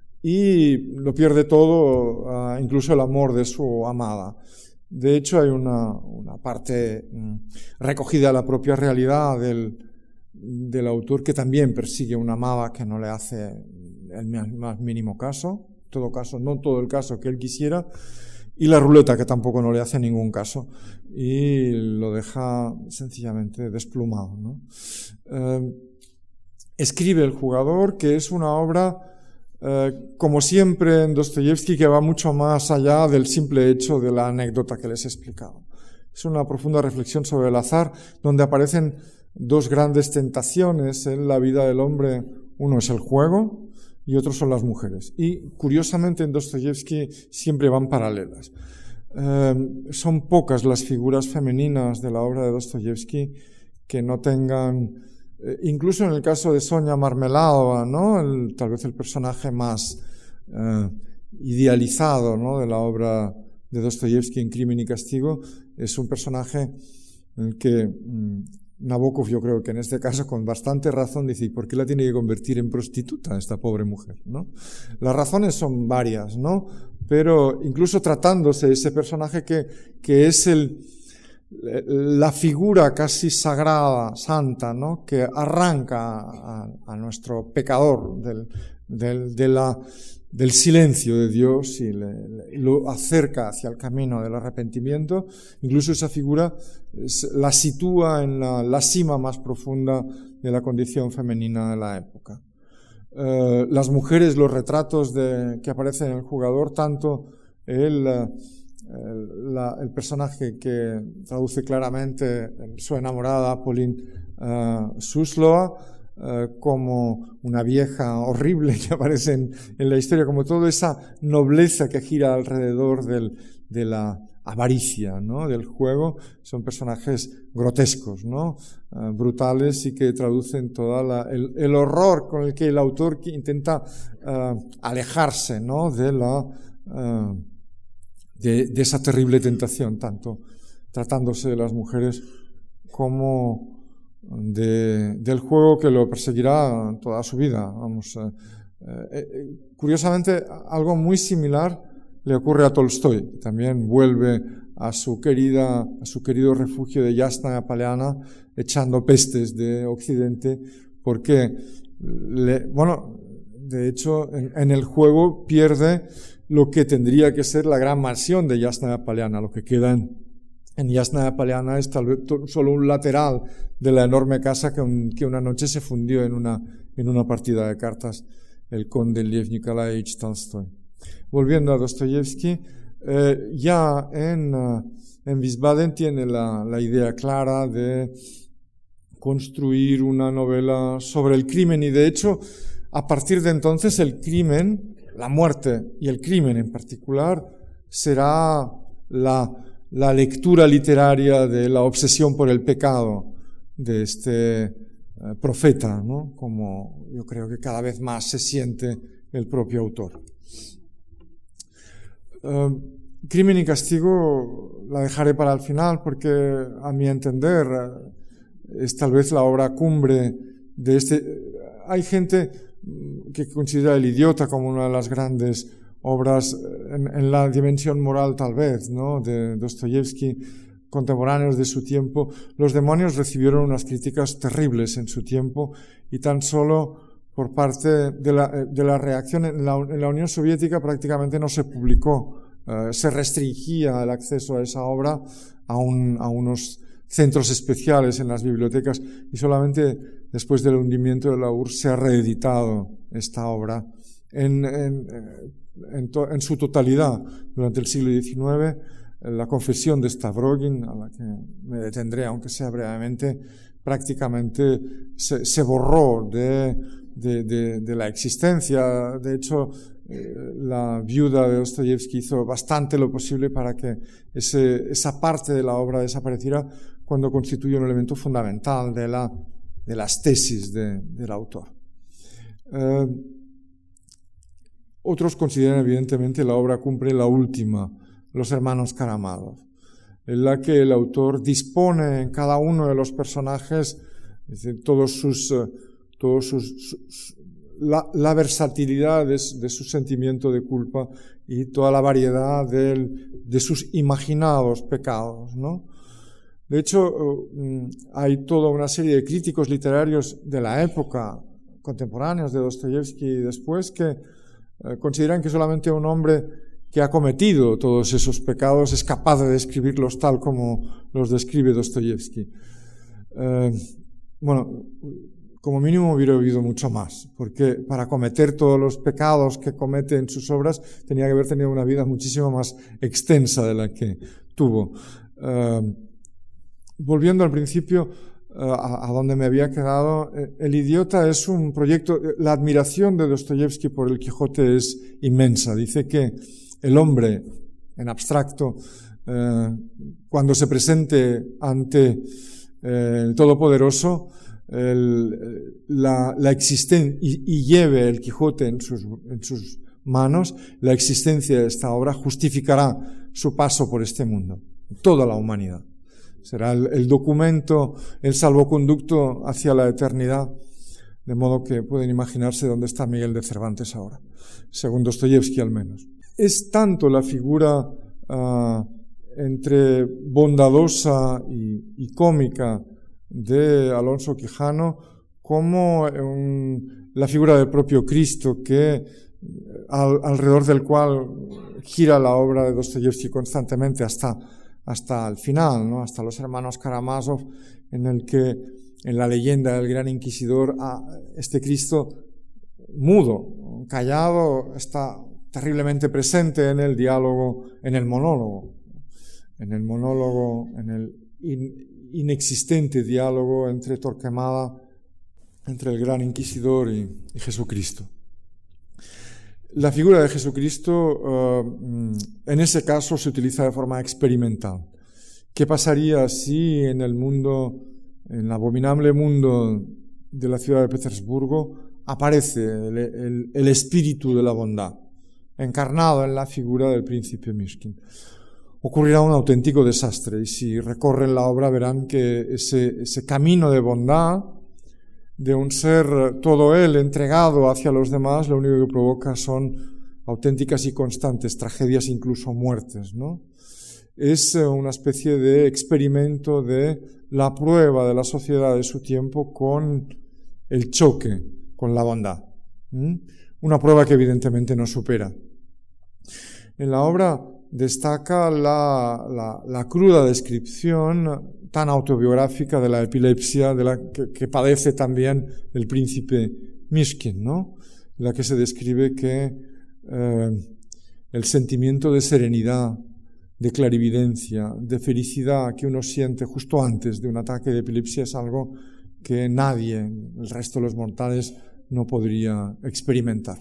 y lo pierde todo, uh, incluso el amor de su amada. De hecho, hay una, una parte mm, recogida en la propia realidad del, del autor, que también persigue una amada que no le hace el más mínimo caso, en todo caso, no todo el caso que él quisiera, y la ruleta, que tampoco no le hace ningún caso y lo deja sencillamente desplumado, ¿no? Eh, escribe El jugador, que es una obra, eh, como siempre en Dostoyevsky, que va mucho más allá del simple hecho de la anécdota que les he explicado. Es una profunda reflexión sobre el azar, donde aparecen dos grandes tentaciones en la vida del hombre. Uno es el juego y otro son las mujeres. Y curiosamente en Dostoyevsky siempre van paralelas. Eh, son pocas las figuras femeninas de la obra de Dostoyevsky que no tengan, eh, incluso en el caso de Sonia Marmeladova, ¿no? El, tal vez el personaje más eh, idealizado, ¿no?, de la obra de Dostoyevsky en Crimen y Castigo, es un personaje en el que mmm, Nabokov, yo creo que en este caso con bastante razón, dice: ¿y por qué la tiene que convertir en prostituta esta pobre mujer, ¿no? Las razones son varias, ¿no? Pero incluso tratándose de ese personaje que, que es el, la figura casi sagrada, santa, ¿no?, que arranca a, a nuestro pecador del, del, de la, del silencio de Dios y le, le, lo acerca hacia el camino del arrepentimiento. Incluso esa figura la sitúa en la, la cima más profunda de la condición femenina de la época. Eh, las mujeres, los retratos de, que aparecen en El jugador, tanto el, el, la, el personaje que traduce claramente su enamorada, Pauline uh, Suslova, uh, como una vieja horrible que aparece en, en la historia, como toda esa nobleza que gira alrededor del, de la avaricia, ¿no?, del juego, son personajes grotescos, ¿no?, uh, brutales, y que traducen toda la, el, el horror con el que el autor intenta uh, alejarse, ¿no?, de la uh, de, de esa terrible tentación, tanto tratándose de las mujeres como de, del juego que lo perseguirá toda su vida. Vamos, uh, uh, curiosamente, algo muy similar le ocurre a Tolstoy. También vuelve a su querida, a su querido refugio de Yasnaya Poliana, echando pestes de Occidente, porque, le, bueno, de hecho, en, en el juego pierde lo que tendría que ser la gran mansión de Yasnaya Poliana. Lo que queda en, en Yasnaya Poliana es tal vez solo un lateral de la enorme casa que, un, que una noche se fundió en una, en una partida de cartas el conde Lev Nikolaevich Tolstoy. Volviendo a Dostoyevsky, eh, ya en, uh, en Wiesbaden tiene la, la idea clara de construir una novela sobre el crimen, y de hecho, a partir de entonces, el crimen, la muerte y el crimen en particular, será la, la lectura literaria de la obsesión por el pecado de este eh, profeta, ¿no?, como yo creo que cada vez más se siente el propio autor. Uh, Crimen y Castigo la dejaré para el final porque, a mi entender, es tal vez la obra cumbre de este. Hay gente que considera El idiota como una de las grandes obras en, en la dimensión moral, tal vez, ¿no?, de Dostoyevsky, contemporáneos de su tiempo. Los demonios recibieron unas críticas terribles en su tiempo, y tan solo por parte de la, de la reacción en la, en la Unión Soviética prácticamente no se publicó, uh, se restringía el acceso a esa obra a, un, a unos centros especiales en las bibliotecas, y solamente después del hundimiento de la U R S se ha reeditado esta obra en, en, en, to, en su totalidad durante el siglo diecinueve. La confesión de Stavrogin, a la que me detendré aunque sea brevemente, prácticamente se, se borró de De, de, de la existencia. De hecho, eh, la viuda de Dostoyevsky hizo bastante lo posible para que ese, esa parte de la obra desapareciera, cuando constituye un elemento fundamental de, la, de las tesis de, del autor. Eh, otros consideran evidentemente la obra cumbre la última, Los hermanos Karamazov, en la que el autor dispone en cada uno de los personajes de todos sus uh, Todos sus, sus, la, la versatilidad de, de su sentimiento de culpa y toda la variedad de, de sus imaginados pecados, ¿no? De hecho, hay toda una serie de críticos literarios de la época, contemporáneos de Dostoyevsky y después, que eh, consideran que solamente un hombre que ha cometido todos esos pecados es capaz de describirlos tal como los describe Dostoyevsky. Eh, bueno, como mínimo hubiera habido mucho más, porque para cometer todos los pecados que comete en sus obras tenía que haber tenido una vida muchísimo más extensa de la que tuvo. Eh, volviendo al principio, eh, a, a donde me había quedado, eh, El idiota es un proyecto, la admiración de Dostoyevsky por el Quijote es inmensa. Dice que el hombre, en abstracto, eh, cuando se presente ante eh, el Todopoderoso, el, la, la existen y, y lleve el Quijote en sus, en sus manos, la existencia de esta obra justificará su paso por este mundo, toda la humanidad. Será el, el documento, el salvoconducto hacia la eternidad, de modo que pueden imaginarse dónde está Miguel de Cervantes ahora, según Dostoyevsky al menos. Es tanto la figura uh, entre bondadosa y, y cómica de Alonso Quijano como un, la figura del propio Cristo, que al, alrededor del cual gira la obra de Dostoyevsky constantemente hasta, hasta el final, ¿no? Hasta los hermanos Karamazov, en el que en la leyenda del gran inquisidor a este Cristo mudo, callado, está terriblemente presente en el diálogo, en el monólogo, en el monólogo, en el in, inexistente diálogo entre Torquemada, entre el gran inquisidor y, y Jesucristo. La figura de Jesucristo, uh, en ese caso, se utiliza de forma experimental. ¿Qué pasaría si en el mundo, en el abominable mundo de la ciudad de Petersburgo, aparece el, el, el espíritu de la bondad, encarnado en la figura del príncipe Mishkin? Ocurrirá un auténtico desastre, y si recorren la obra verán que ese, ese camino de bondad, de un ser todo él entregado hacia los demás, lo único que provoca son auténticas y constantes tragedias, incluso muertes, ¿no? Es una especie de experimento de la prueba de la sociedad de su tiempo con el choque con la bondad. ¿Mm? Una prueba que evidentemente no supera. En la obra destaca la, la, la cruda descripción tan autobiográfica de la epilepsia de la que, que padece también el príncipe Mishkin, ¿no? La que se describe que eh, el sentimiento de serenidad, de clarividencia, de felicidad que uno siente justo antes de un ataque de epilepsia es algo que nadie, el resto de los mortales, no podría experimentar.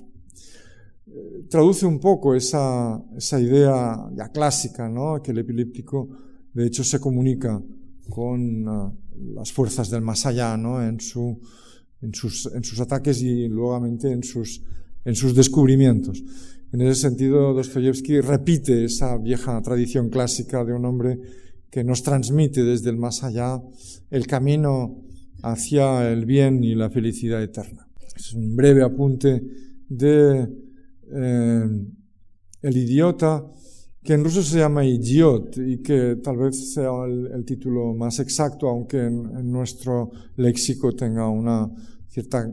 Traduce un poco esa, esa idea ya clásica, ¿no? Que el epiléptico de hecho se comunica con uh, las fuerzas del más allá, ¿no? en, su, en, sus, en sus ataques y luego en sus, en sus descubrimientos. En ese sentido, Dostoyevsky repite esa vieja tradición clásica de un hombre que nos transmite desde el más allá el camino hacia el bien y la felicidad eterna. Es un breve apunte de Eh, El idiota, que en ruso se llama idiot y que tal vez sea el, el título más exacto, aunque en, en nuestro léxico tenga una cierta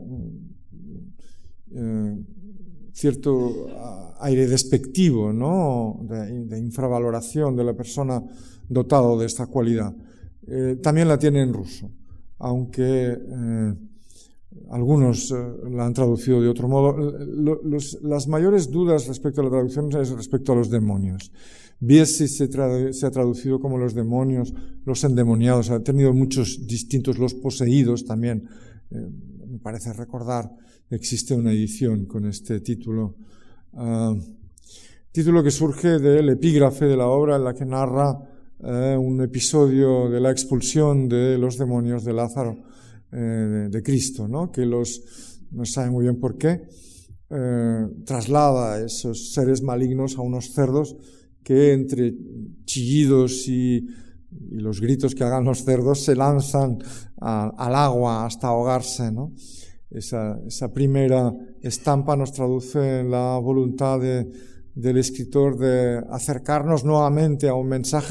eh, cierto aire despectivo, ¿no? de, de infravaloración de la persona dotado de esta cualidad. Eh, también la tiene en ruso, aunque eh, algunos eh, la han traducido de otro modo. Los, las mayores dudas respecto a la traducción es respecto a los demonios. Biesi se, tradu se ha traducido como los demonios, los endemoniados. Ha tenido muchos distintos, los poseídos también. Eh, me parece recordar que existe una edición con este título. Uh, título que surge del epígrafe de la obra en la que narra eh, un episodio de la expulsión de los demonios de Lázaro, Eh, de, de Cristo, ¿no? Que los, no saben muy bien por qué, eh, traslada a esos seres malignos a unos cerdos que entre chillidos y, y los gritos que hagan los cerdos se lanzan a, al agua hasta ahogarse, ¿no? Esa, esa primera estampa nos traduce la voluntad de, del escritor de acercarnos nuevamente a un mensaje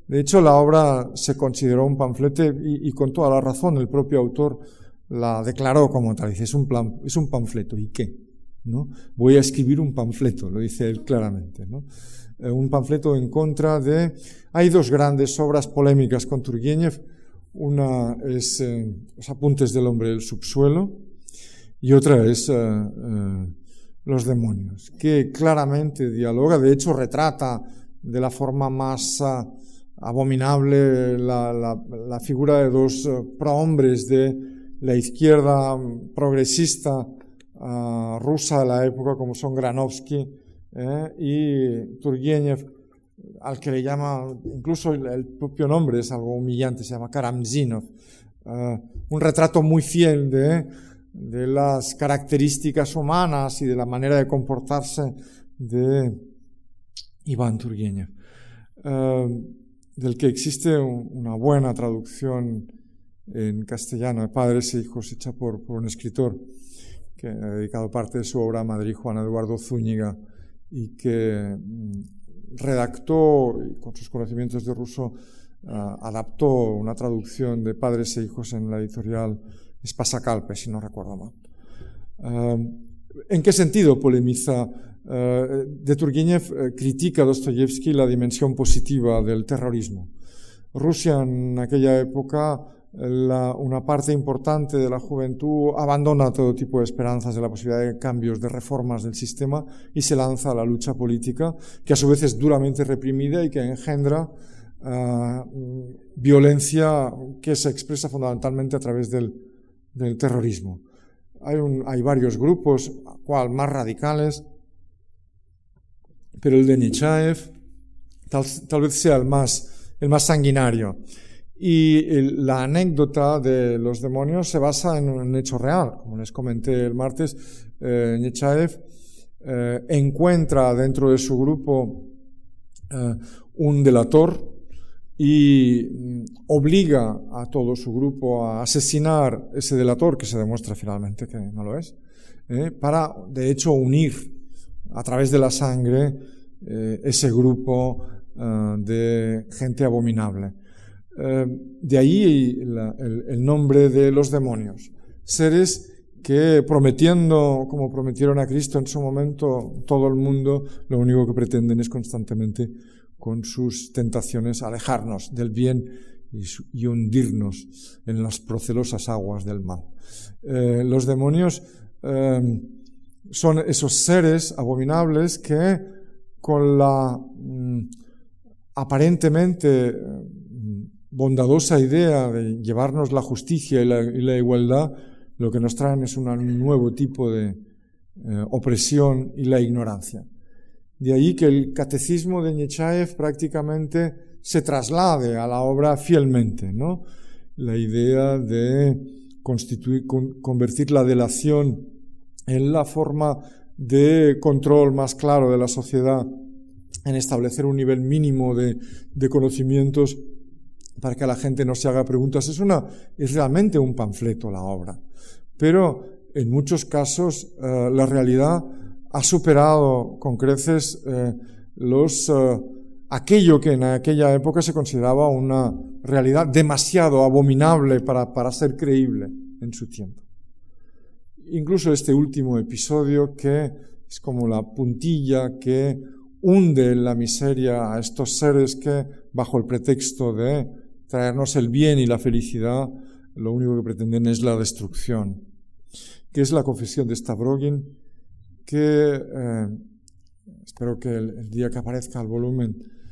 De hecho, la obra se consideró un panfleto y, y con toda la razón el propio autor la declaró como tal. Dice, es un, plan, es un panfleto, ¿y qué? ¿No? Voy a escribir un panfleto, lo dice él claramente, ¿no? Eh, un panfleto en contra de... Hay dos grandes obras polémicas con Turgenev. Una es eh, Los apuntes del hombre del subsuelo y otra es eh, eh, Los demonios, que claramente dialoga, de hecho retrata de la forma más uh, abominable la, la, la figura de dos uh, prohombres de la izquierda um, progresista uh, rusa de la época, como son Granovsky eh, y Turgenev, al que le llama, incluso el, el propio nombre es algo humillante, se llama Karamzinov, uh, un retrato muy fiel de, de las características humanas y de la manera de comportarse de Iván Turgenev, uh, del que existe un, una buena traducción en castellano de Padres e Hijos, hecha por, por un escritor que ha dedicado parte de su obra a Madrid, Juan Eduardo Zúñiga, y que redactó, y con sus conocimientos de ruso, uh, adaptó una traducción de Padres e Hijos en la editorial Spasacalpe, si no recuerdo mal. Uh, ¿En qué sentido polemiza? Uh, de Turgenev uh, critica a Dostoyevsky la dimensión positiva del terrorismo. Rusia en aquella época, la, una parte importante de la juventud abandona todo tipo de esperanzas de la posibilidad de cambios, de reformas del sistema y se lanza a la lucha política, que a su vez es duramente reprimida y que engendra uh, violencia que se expresa fundamentalmente a través del, del terrorismo. Hay, un, hay varios grupos, cual más radicales, pero el de Nechayev tal, tal vez sea el más, el más sanguinario. Y el, la anécdota de los demonios se basa en un hecho real. Como les comenté el martes, eh, Nechayev eh, encuentra dentro de su grupo eh, un delator y mm, obliga a todo su grupo a asesinar ese delator, que se demuestra finalmente que no lo es, eh, para de hecho unir a través de la sangre eh, ese grupo eh, de gente abominable. Eh, de ahí la, el, el nombre de los demonios, seres que prometiendo, como prometieron a Cristo en su momento, todo el mundo, lo único que pretenden es constantemente con sus tentaciones alejarnos del bien y, y hundirnos en las procelosas aguas del mal. Eh, los demonios eh, son esos seres abominables que con la mm, aparentemente bondadosa idea de llevarnos la justicia y la, y la igualdad, lo que nos traen es un nuevo tipo de eh, opresión y la ignorancia. De ahí que el catecismo de Nechayev prácticamente se traslade a la obra fielmente, ¿no? La idea de constituir, con, convertir la delación en la forma de control más claro de la sociedad, en establecer un nivel mínimo de, de conocimientos para que la gente no se haga preguntas. Es, una, es realmente un panfleto la obra, pero en muchos casos eh, la realidad ha superado con creces eh, los, eh, aquello que en aquella época se consideraba una realidad demasiado abominable para, para ser creíble en su tiempo. Incluso este último episodio, que es como la puntilla que hunde en la miseria a estos seres que, bajo el pretexto de traernos el bien y la felicidad, lo único que pretenden es la destrucción, que es la confesión de Stavrogin, que eh, espero que el, el día que aparezca el volumen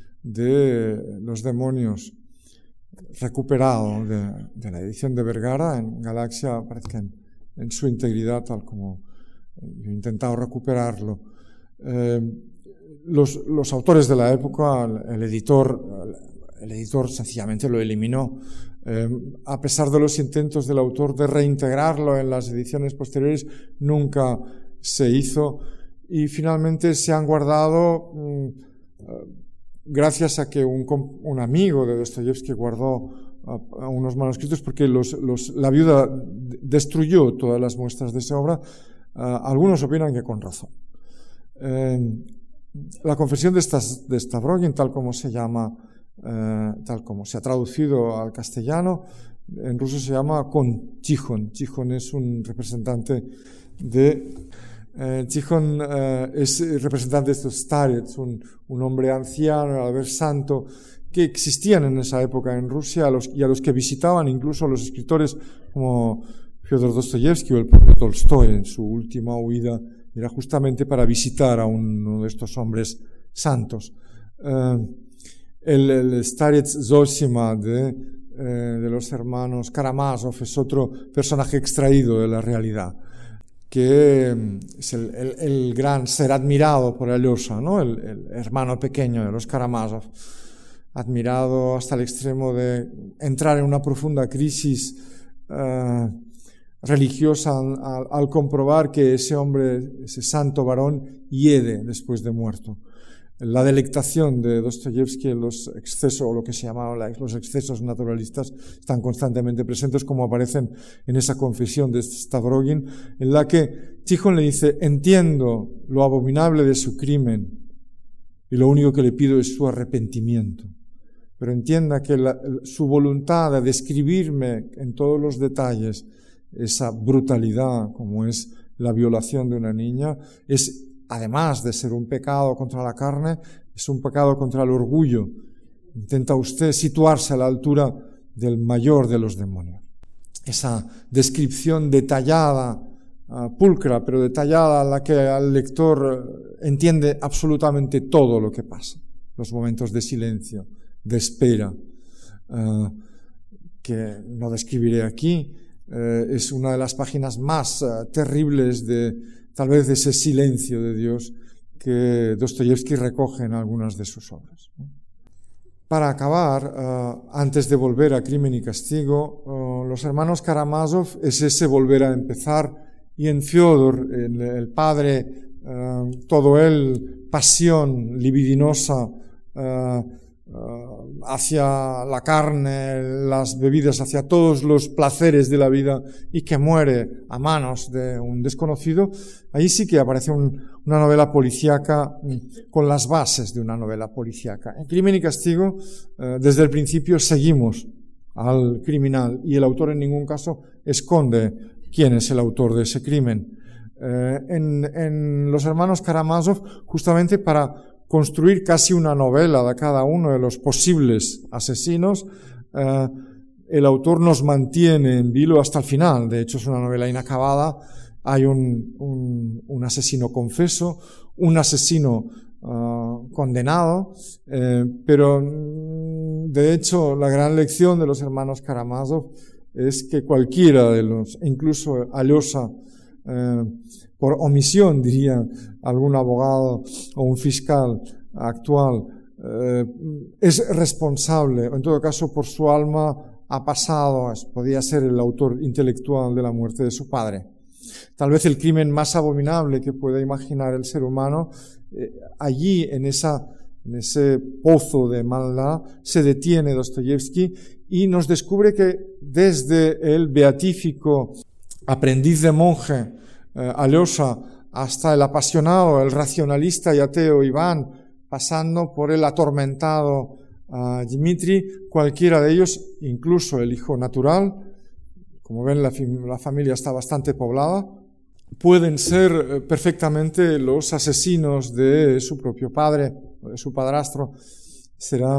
de Los demonios recuperado de, de la edición de Vergara en Galaxia aparezca en, en su integridad, tal como yo he intentado recuperarlo. Eh, los, los autores de la época, el, el editor el editor sencillamente lo eliminó, eh, a pesar de los intentos del autor de reintegrarlo en las ediciones posteriores, nunca se hizo, y finalmente se han guardado mm, gracias a que un, un amigo de Dostoyevsky guardó a, a unos manuscritos, porque los, los, la viuda destruyó todas las muestras de esa obra. Uh, algunos opinan que con razón. Eh, la confesión de, estas, de Stavrogin, tal como se llama eh, tal como se ha traducido al castellano. En ruso se llama Kon Tikhon. Tikhon es un representante de... Eh, Tikhon eh, es representante de estos starets, un, un hombre anciano, a la vez santo, que existían en esa época en Rusia a los, y a los que visitaban incluso los escritores como Fyodor Dostoyevsky o el propio Tolstoy en su última huida. Era justamente para visitar a uno de estos hombres santos. Eh, el, el starets Zosima de, eh, de los hermanos Karamazov es otro personaje extraído de la realidad, que es el, el, el gran ser admirado por Alyosha, ¿no? el, el hermano pequeño de los Karamazov, admirado hasta el extremo de entrar en una profunda crisis uh, religiosa al, al, al comprobar que ese hombre, ese santo varón, hiede después de muerto. La delectación de Dostoyevsky en los excesos, o lo que se llamaban los excesos naturalistas, están constantemente presentes, como aparecen en esa confesión de Stavrogin, en la que Tikhon le dice: entiendo lo abominable de su crimen y lo único que le pido es su arrepentimiento. Pero entienda que la, su voluntad de describirme en todos los detalles esa brutalidad, como es la violación de una niña, es, además de ser un pecado contra la carne, es un pecado contra el orgullo. Intenta usted situarse a la altura del mayor de los demonios. Esa descripción detallada, uh, pulcra, pero detallada, en la que el lector entiende absolutamente todo lo que pasa. Los momentos de silencio, de espera, uh, que no describiré aquí, uh, es una de las páginas más uh, terribles de tal vez de ese silencio de Dios que Dostoyevsky recoge en algunas de sus obras. Para acabar, uh, antes de volver a Crimen y Castigo, uh, los hermanos Karamazov es ese volver a empezar, y en Fyodor, en el padre, uh, todo él, pasión libidinosa uh, uh, hacia la carne, las bebidas, hacia todos los placeres de la vida, y que muere a manos de un desconocido. Ahí sí que aparece un, una novela policíaca con las bases de una novela policíaca. En Crimen y Castigo, eh, desde el principio seguimos al criminal y el autor en ningún caso esconde quién es el autor de ese crimen. Eh, en, en Los hermanos Karamazov, justamente para construir casi una novela de cada uno de los posibles asesinos, eh, el autor nos mantiene en vilo hasta el final. De hecho, es una novela inacabada. Hay un, un, un asesino confeso, un asesino uh, condenado, eh, pero de hecho la gran lección de los hermanos Karamazov es que cualquiera de los, incluso Alyosha, eh, por omisión diría algún abogado o un fiscal actual, eh, es responsable, o en todo caso por su alma ha pasado, podía ser el autor intelectual de la muerte de su padre. Tal vez el crimen más abominable que pueda imaginar el ser humano, eh, allí en, esa, en ese pozo de maldad se detiene Dostoyevsky y nos descubre que desde el beatífico aprendiz de monje eh, Alyosha hasta el apasionado, el racionalista y ateo Iván, pasando por el atormentado uh, Dmitri, cualquiera de ellos, incluso el hijo natural, como ven, la, la familia está bastante poblada, pueden ser perfectamente los asesinos de su propio padre, de su padrastro. Será,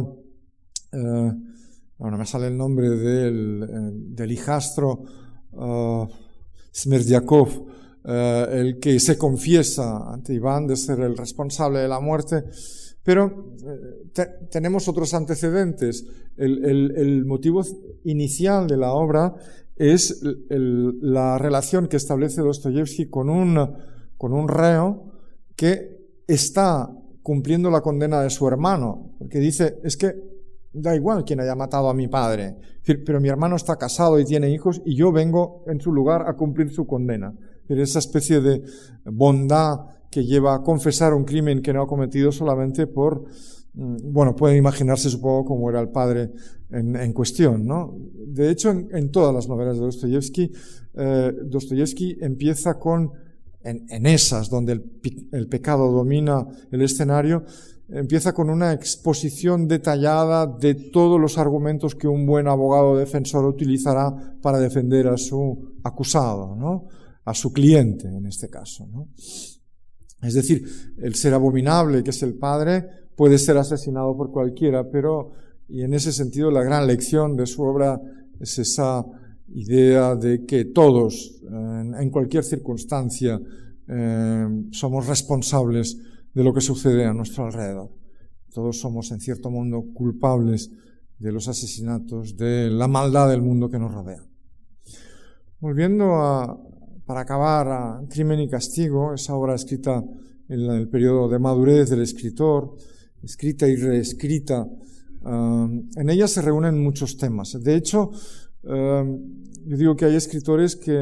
eh, no me sale el nombre del, del hijastro uh, Smerdyakov, uh, el que se confiesa ante Iván de ser el responsable de la muerte. Pero eh, te, tenemos otros antecedentes. El, el, el motivo inicial de la obra es el, la relación que establece Dostoyevsky con un, con un reo que está cumpliendo la condena de su hermano, porque dice, es que da igual quien haya matado a mi padre, pero mi hermano está casado y tiene hijos y yo vengo en su lugar a cumplir su condena. Pero esa especie de bondad que lleva a confesar un crimen que no ha cometido solamente por, bueno, pueden imaginarse, supongo, cómo era el padre en, en cuestión, ¿no? De hecho, en, en todas las novelas de Dostoyevsky, eh, Dostoyevsky empieza con, en, en esas donde el, el pecado domina el escenario, empieza con una exposición detallada de todos los argumentos que un buen abogado defensor utilizará para defender a su acusado, ¿no? A su cliente en este caso, ¿no? Es decir, el ser abominable que es el padre puede ser asesinado por cualquiera, pero, y en ese sentido la gran lección de su obra es esa idea de que todos, en, en cualquier circunstancia, eh, somos responsables de lo que sucede a nuestro alrededor. Todos somos, en cierto modo, culpables de los asesinatos, de la maldad del mundo que nos rodea. Volviendo a, para acabar, a Crimen y Castigo, esa obra escrita en el periodo de madurez del escritor, escrita y reescrita, uh, en ella se reúnen muchos temas. De hecho, uh, yo digo que hay escritores que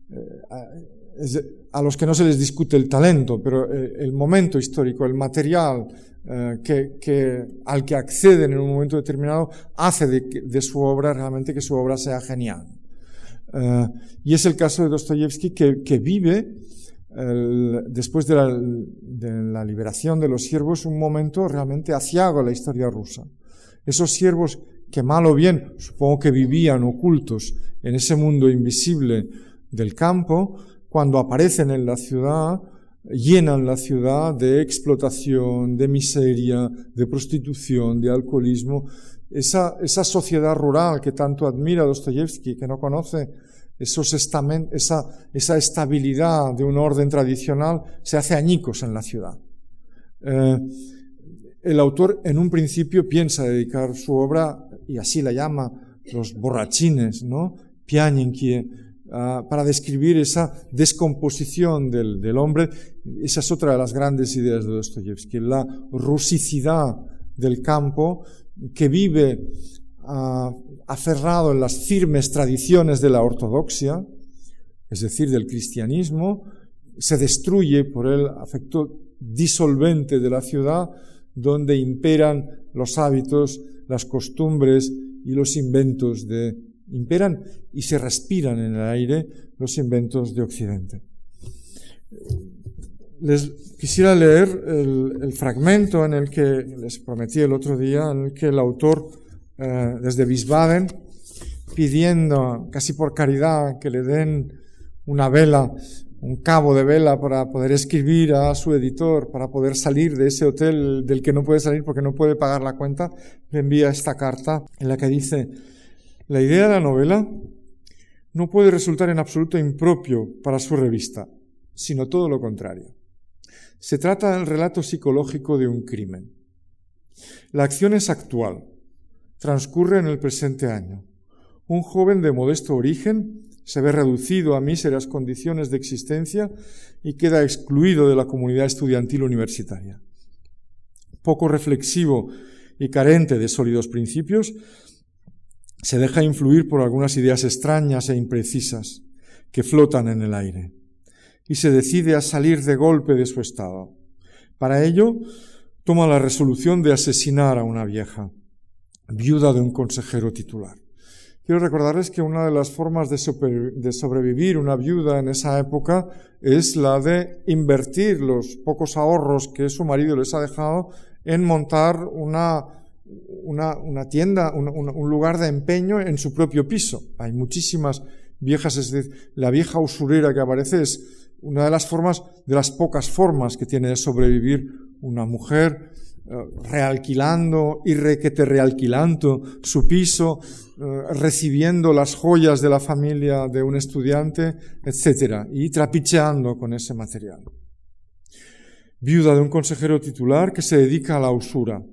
uh, es, a los que no se les discute el talento, pero eh, el momento histórico, el material eh, que, que, al que acceden en un momento determinado hace de, de su obra realmente que su obra sea genial. Eh, y es el caso de Dostoyevsky, que, que vive el, después de la, de la liberación de los siervos un momento realmente aciago en la historia rusa. Esos siervos que mal o bien supongo que vivían ocultos en ese mundo invisible del campo, cuando aparecen en la ciudad, llenan la ciudad de explotación, de miseria, de prostitución, de alcoholismo. Esa, esa sociedad rural que tanto admira Dostoyevsky, que no conoce esos estamen, esa, esa estabilidad de un orden tradicional, se hace añicos en la ciudad. Eh, el autor en un principio piensa dedicar su obra, y así la llama, los borrachines, ¿no? Pianinkie, Uh, para describir esa descomposición del, del hombre. Esa es otra de las grandes ideas de Dostoyevsky, la rusicidad del campo que vive uh, aferrado en las firmes tradiciones de la ortodoxia, es decir, del cristianismo, se destruye por el afecto disolvente de la ciudad, donde imperan los hábitos, las costumbres y los inventos de imperan y se respiran en el aire los inventos de Occidente. Les quisiera leer el, el fragmento en el que les prometí el otro día, en el que el autor, eh, desde Wiesbaden, pidiendo casi por caridad que le den una vela, un cabo de vela para poder escribir a su editor, para poder salir de ese hotel del que no puede salir porque no puede pagar la cuenta, le envía esta carta en la que dice: la idea de la novela no puede resultar en absoluto impropio para su revista, sino todo lo contrario. Se trata del relato psicológico de un crimen. La acción es actual, transcurre en el presente año. Un joven de modesto origen se ve reducido a míseras condiciones de existencia y queda excluido de la comunidad estudiantil universitaria. Poco reflexivo y carente de sólidos principios, se deja influir por algunas ideas extrañas e imprecisas que flotan en el aire y se decide a salir de golpe de su estado. Para ello, toma la resolución de asesinar a una vieja, viuda de un consejero titular. Quiero recordarles que una de las formas de, super, de sobrevivir una viuda en esa época es la de invertir los pocos ahorros que su marido les ha dejado en montar una Una, una tienda, un, un lugar de empeño en su propio piso. Hay muchísimas viejas, es decir, la vieja usurera que aparece es una de las formas, de las pocas formas que tiene de sobrevivir una mujer, eh, realquilando y requete realquilando su piso, eh, recibiendo las joyas de la familia de un estudiante, etcétera, y trapicheando con ese material. Viuda de un consejero titular que se dedica a la usura.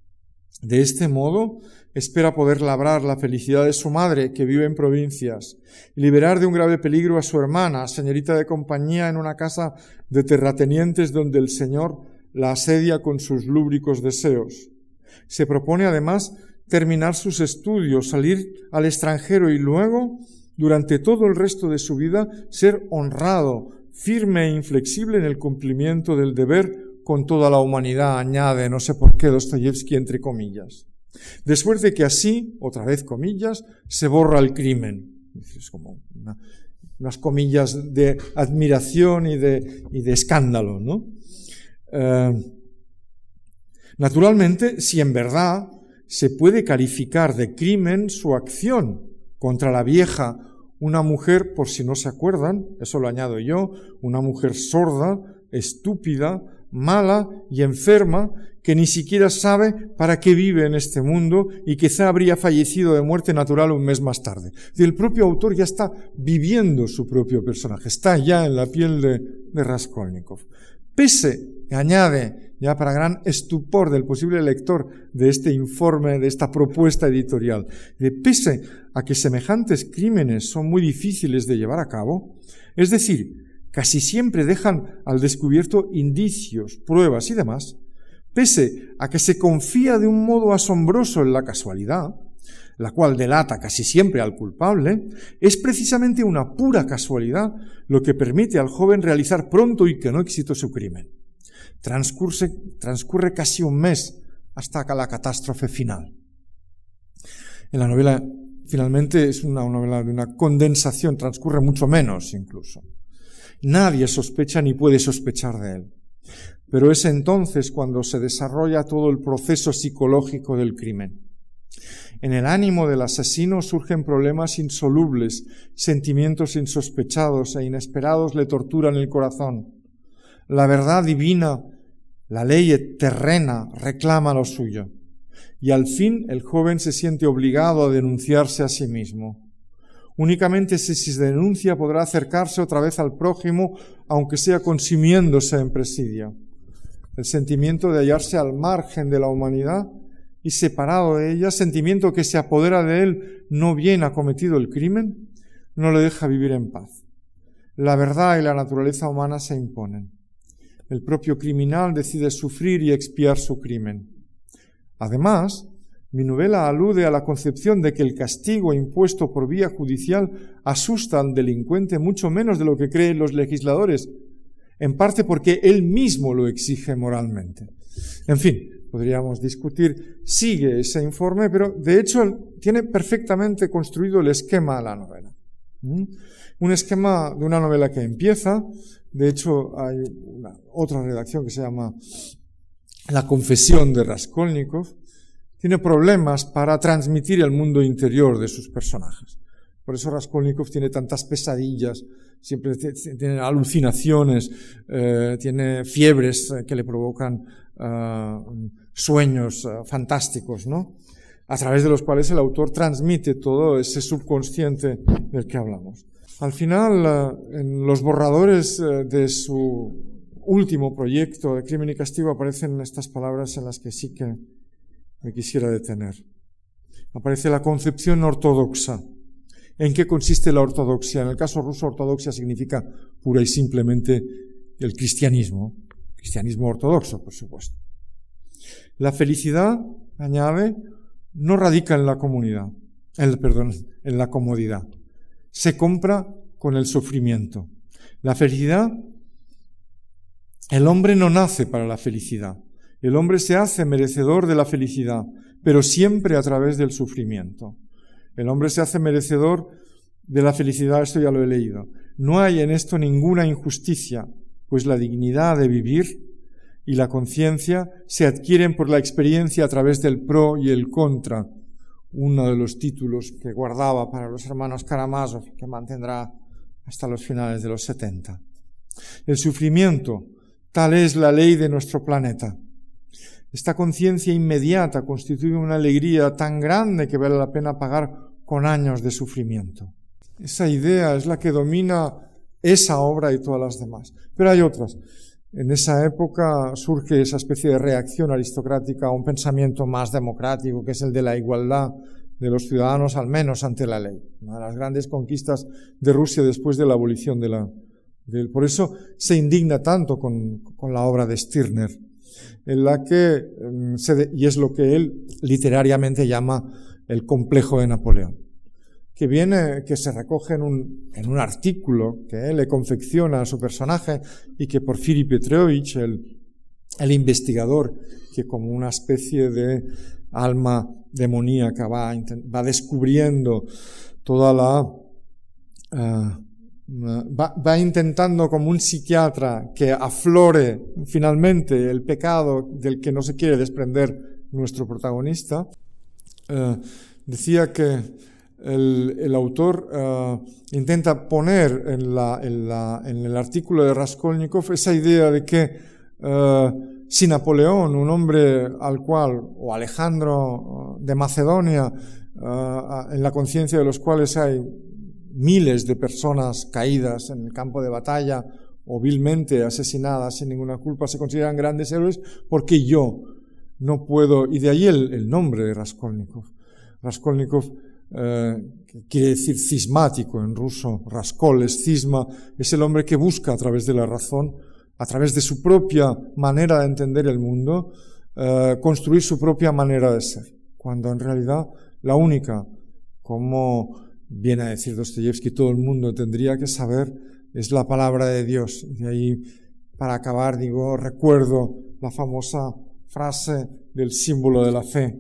De este modo, espera poder labrar la felicidad de su madre, que vive en provincias, y liberar de un grave peligro a su hermana, señorita de compañía en una casa de terratenientes donde el señor la asedia con sus lúbricos deseos. Se propone, además, terminar sus estudios, salir al extranjero y luego, durante todo el resto de su vida, ser honrado, firme e inflexible en el cumplimiento del deber con toda la humanidad, añade, no sé por qué, Dostoyevsky entre comillas. Después de que así, otra vez comillas, se borra el crimen. Es como una, unas comillas de admiración y de, y de escándalo, ¿no? Eh, Naturalmente, si en verdad se puede calificar de crimen su acción contra la vieja, una mujer, por si no se acuerdan, eso lo añado yo, una mujer sorda, estúpida, mala y enferma, que ni siquiera sabe para qué vive en este mundo y quizá habría fallecido de muerte natural un mes más tarde. El propio autor ya está viviendo su propio personaje, está ya en la piel de, de Raskolnikov. Pese, añade, ya para gran estupor del posible lector de este informe, de esta propuesta editorial, de pese a que semejantes crímenes son muy difíciles de llevar a cabo, es decir, casi siempre dejan al descubierto indicios, pruebas y demás, pese a que se confía de un modo asombroso en la casualidad, la cual delata casi siempre al culpable, es precisamente una pura casualidad lo que permite al joven realizar pronto y con éxito su crimen. Transcurre, transcurre casi un mes hasta la catástrofe final. En la novela, finalmente, es una novela de una condensación, transcurre mucho menos incluso. Nadie sospecha ni puede sospechar de él. Pero es entonces cuando se desarrolla todo el proceso psicológico del crimen. En el ánimo del asesino surgen problemas insolubles, sentimientos insospechados e inesperados le torturan el corazón. La verdad divina, la ley terrena, reclama lo suyo. Y al fin el joven se siente obligado a denunciarse a sí mismo. Únicamente si se denuncia podrá acercarse otra vez al prójimo, aunque sea consumiéndose en presidio. El sentimiento de hallarse al margen de la humanidad y separado de ella, sentimiento que se apodera de él no bien ha cometido el crimen, no le deja vivir en paz. La verdad y la naturaleza humana se imponen. El propio criminal decide sufrir y expiar su crimen. Además, mi novela alude a la concepción de que el castigo impuesto por vía judicial asusta al delincuente mucho menos de lo que creen los legisladores, en parte porque él mismo lo exige moralmente. En fin, podríamos discutir, sigue ese informe, pero de hecho tiene perfectamente construido el esquema de la novela. ¿Mm? Un esquema de una novela que empieza, de hecho hay una, otra redacción que se llama La confesión de Raskolnikov, tiene problemas para transmitir el mundo interior de sus personajes. Por eso Raskolnikov tiene tantas pesadillas, siempre tiene alucinaciones, eh, tiene fiebres que le provocan uh, sueños uh, fantásticos, ¿no? A través de los cuales el autor transmite todo ese subconsciente del que hablamos. Al final, uh, en los borradores uh, de su último proyecto de Crimen y Castigo aparecen estas palabras en las que sí que me quisiera detener. Aparece la concepción ortodoxa. ¿En qué consiste la ortodoxia? En el caso ruso, ortodoxia significa pura y simplemente el cristianismo. Cristianismo ortodoxo, por supuesto. La felicidad, añade, no radica en la comunidad, en, perdón, en la comodidad. Se compra con el sufrimiento. La felicidad, el hombre no nace para la felicidad. El hombre se hace merecedor de la felicidad, pero siempre a través del sufrimiento. El hombre se hace merecedor de la felicidad, esto ya lo he leído. No hay en esto ninguna injusticia, pues la dignidad de vivir y la conciencia se adquieren por la experiencia a través del pro y el contra, uno de los títulos que guardaba para los hermanos Karamazov, que mantendrá hasta los finales de los setenta. El sufrimiento, tal es la ley de nuestro planeta. Esta conciencia inmediata constituye una alegría tan grande que vale la pena pagar con años de sufrimiento. Esa idea es la que domina esa obra y todas las demás. Pero hay otras. En esa época surge esa especie de reacción aristocrática a un pensamiento más democrático, que es el de la igualdad de los ciudadanos, al menos ante la ley. Una de las grandes conquistas de Rusia después de la abolición de la... De, por eso se indigna tanto con, con la obra de Stirner, en la que, se, y es lo que él literariamente llama el complejo de Napoleón, que viene, que se recoge en un, en un artículo que él le confecciona a su personaje y que Porfiri Petrovich, el, el investigador, que como una especie de alma demoníaca va, va descubriendo toda la uh, va, va intentando como un psiquiatra que aflore finalmente el pecado del que no se quiere desprender nuestro protagonista. Eh, decía que el, el autor eh, intenta poner en, la, en, la, en el artículo de Raskolnikov esa idea de que eh, si Napoleón, un hombre al cual, o Alejandro de Macedonia, eh, en la conciencia de los cuales hay miles de personas caídas en el campo de batalla o vilmente asesinadas sin ninguna culpa, se consideran grandes héroes, porque yo no puedo, y de ahí el, el nombre de Raskolnikov. Raskolnikov eh, que quiere decir cismático en ruso, Raskol es cisma, es el hombre que busca a través de la razón, a través de su propia manera de entender el mundo, eh, construir su propia manera de ser, cuando en realidad la única, como viene a decir Dostoyevsky, todo el mundo tendría que saber, es la palabra de Dios. De ahí, para acabar, digo, recuerdo la famosa frase del símbolo de la fe.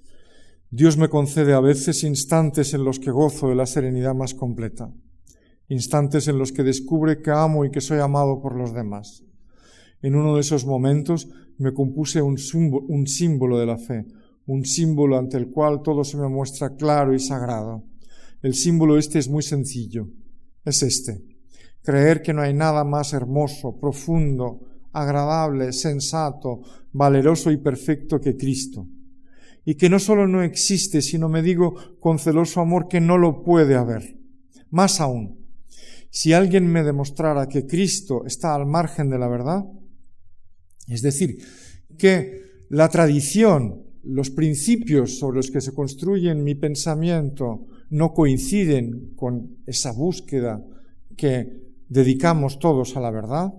Dios me concede a veces instantes en los que gozo de la serenidad más completa, instantes en los que descubre que amo y que soy amado por los demás. En uno de esos momentos me compuse un símbolo, un símbolo de la fe, un símbolo ante el cual todo se me muestra claro y sagrado. El símbolo este es muy sencillo, es este: creer que no hay nada más hermoso, profundo, agradable, sensato, valeroso y perfecto que Cristo, y que no solo no existe, sino me digo con celoso amor que no lo puede haber. Más aún, si alguien me demostrara que Cristo está al margen de la verdad, es decir, que la tradición, los principios sobre los que se construye mi pensamiento no coinciden con esa búsqueda que dedicamos todos a la verdad,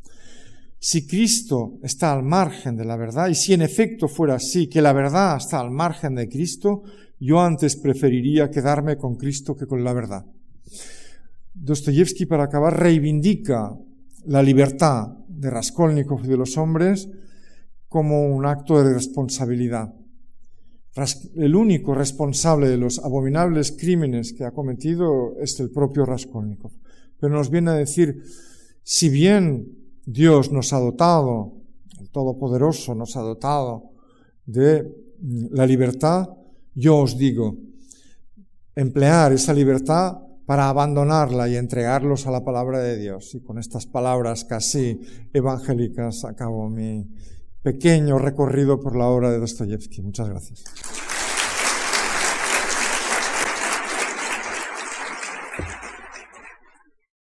si Cristo está al margen de la verdad, y si en efecto fuera así, que la verdad está al margen de Cristo, yo antes preferiría quedarme con Cristo que con la verdad. Dostoyevsky, para acabar, reivindica la libertad de Raskolnikov y de los hombres como un acto de responsabilidad. El único responsable de los abominables crímenes que ha cometido es el propio Raskolnikov. Pero nos viene a decir, si bien Dios nos ha dotado, el Todopoderoso nos ha dotado de la libertad, yo os digo, emplear esa libertad para abandonarla y entregarlos a la palabra de Dios. Y con estas palabras casi evangélicas acabo mi pequeño recorrido por la obra de Dostoyevsky. Muchas gracias.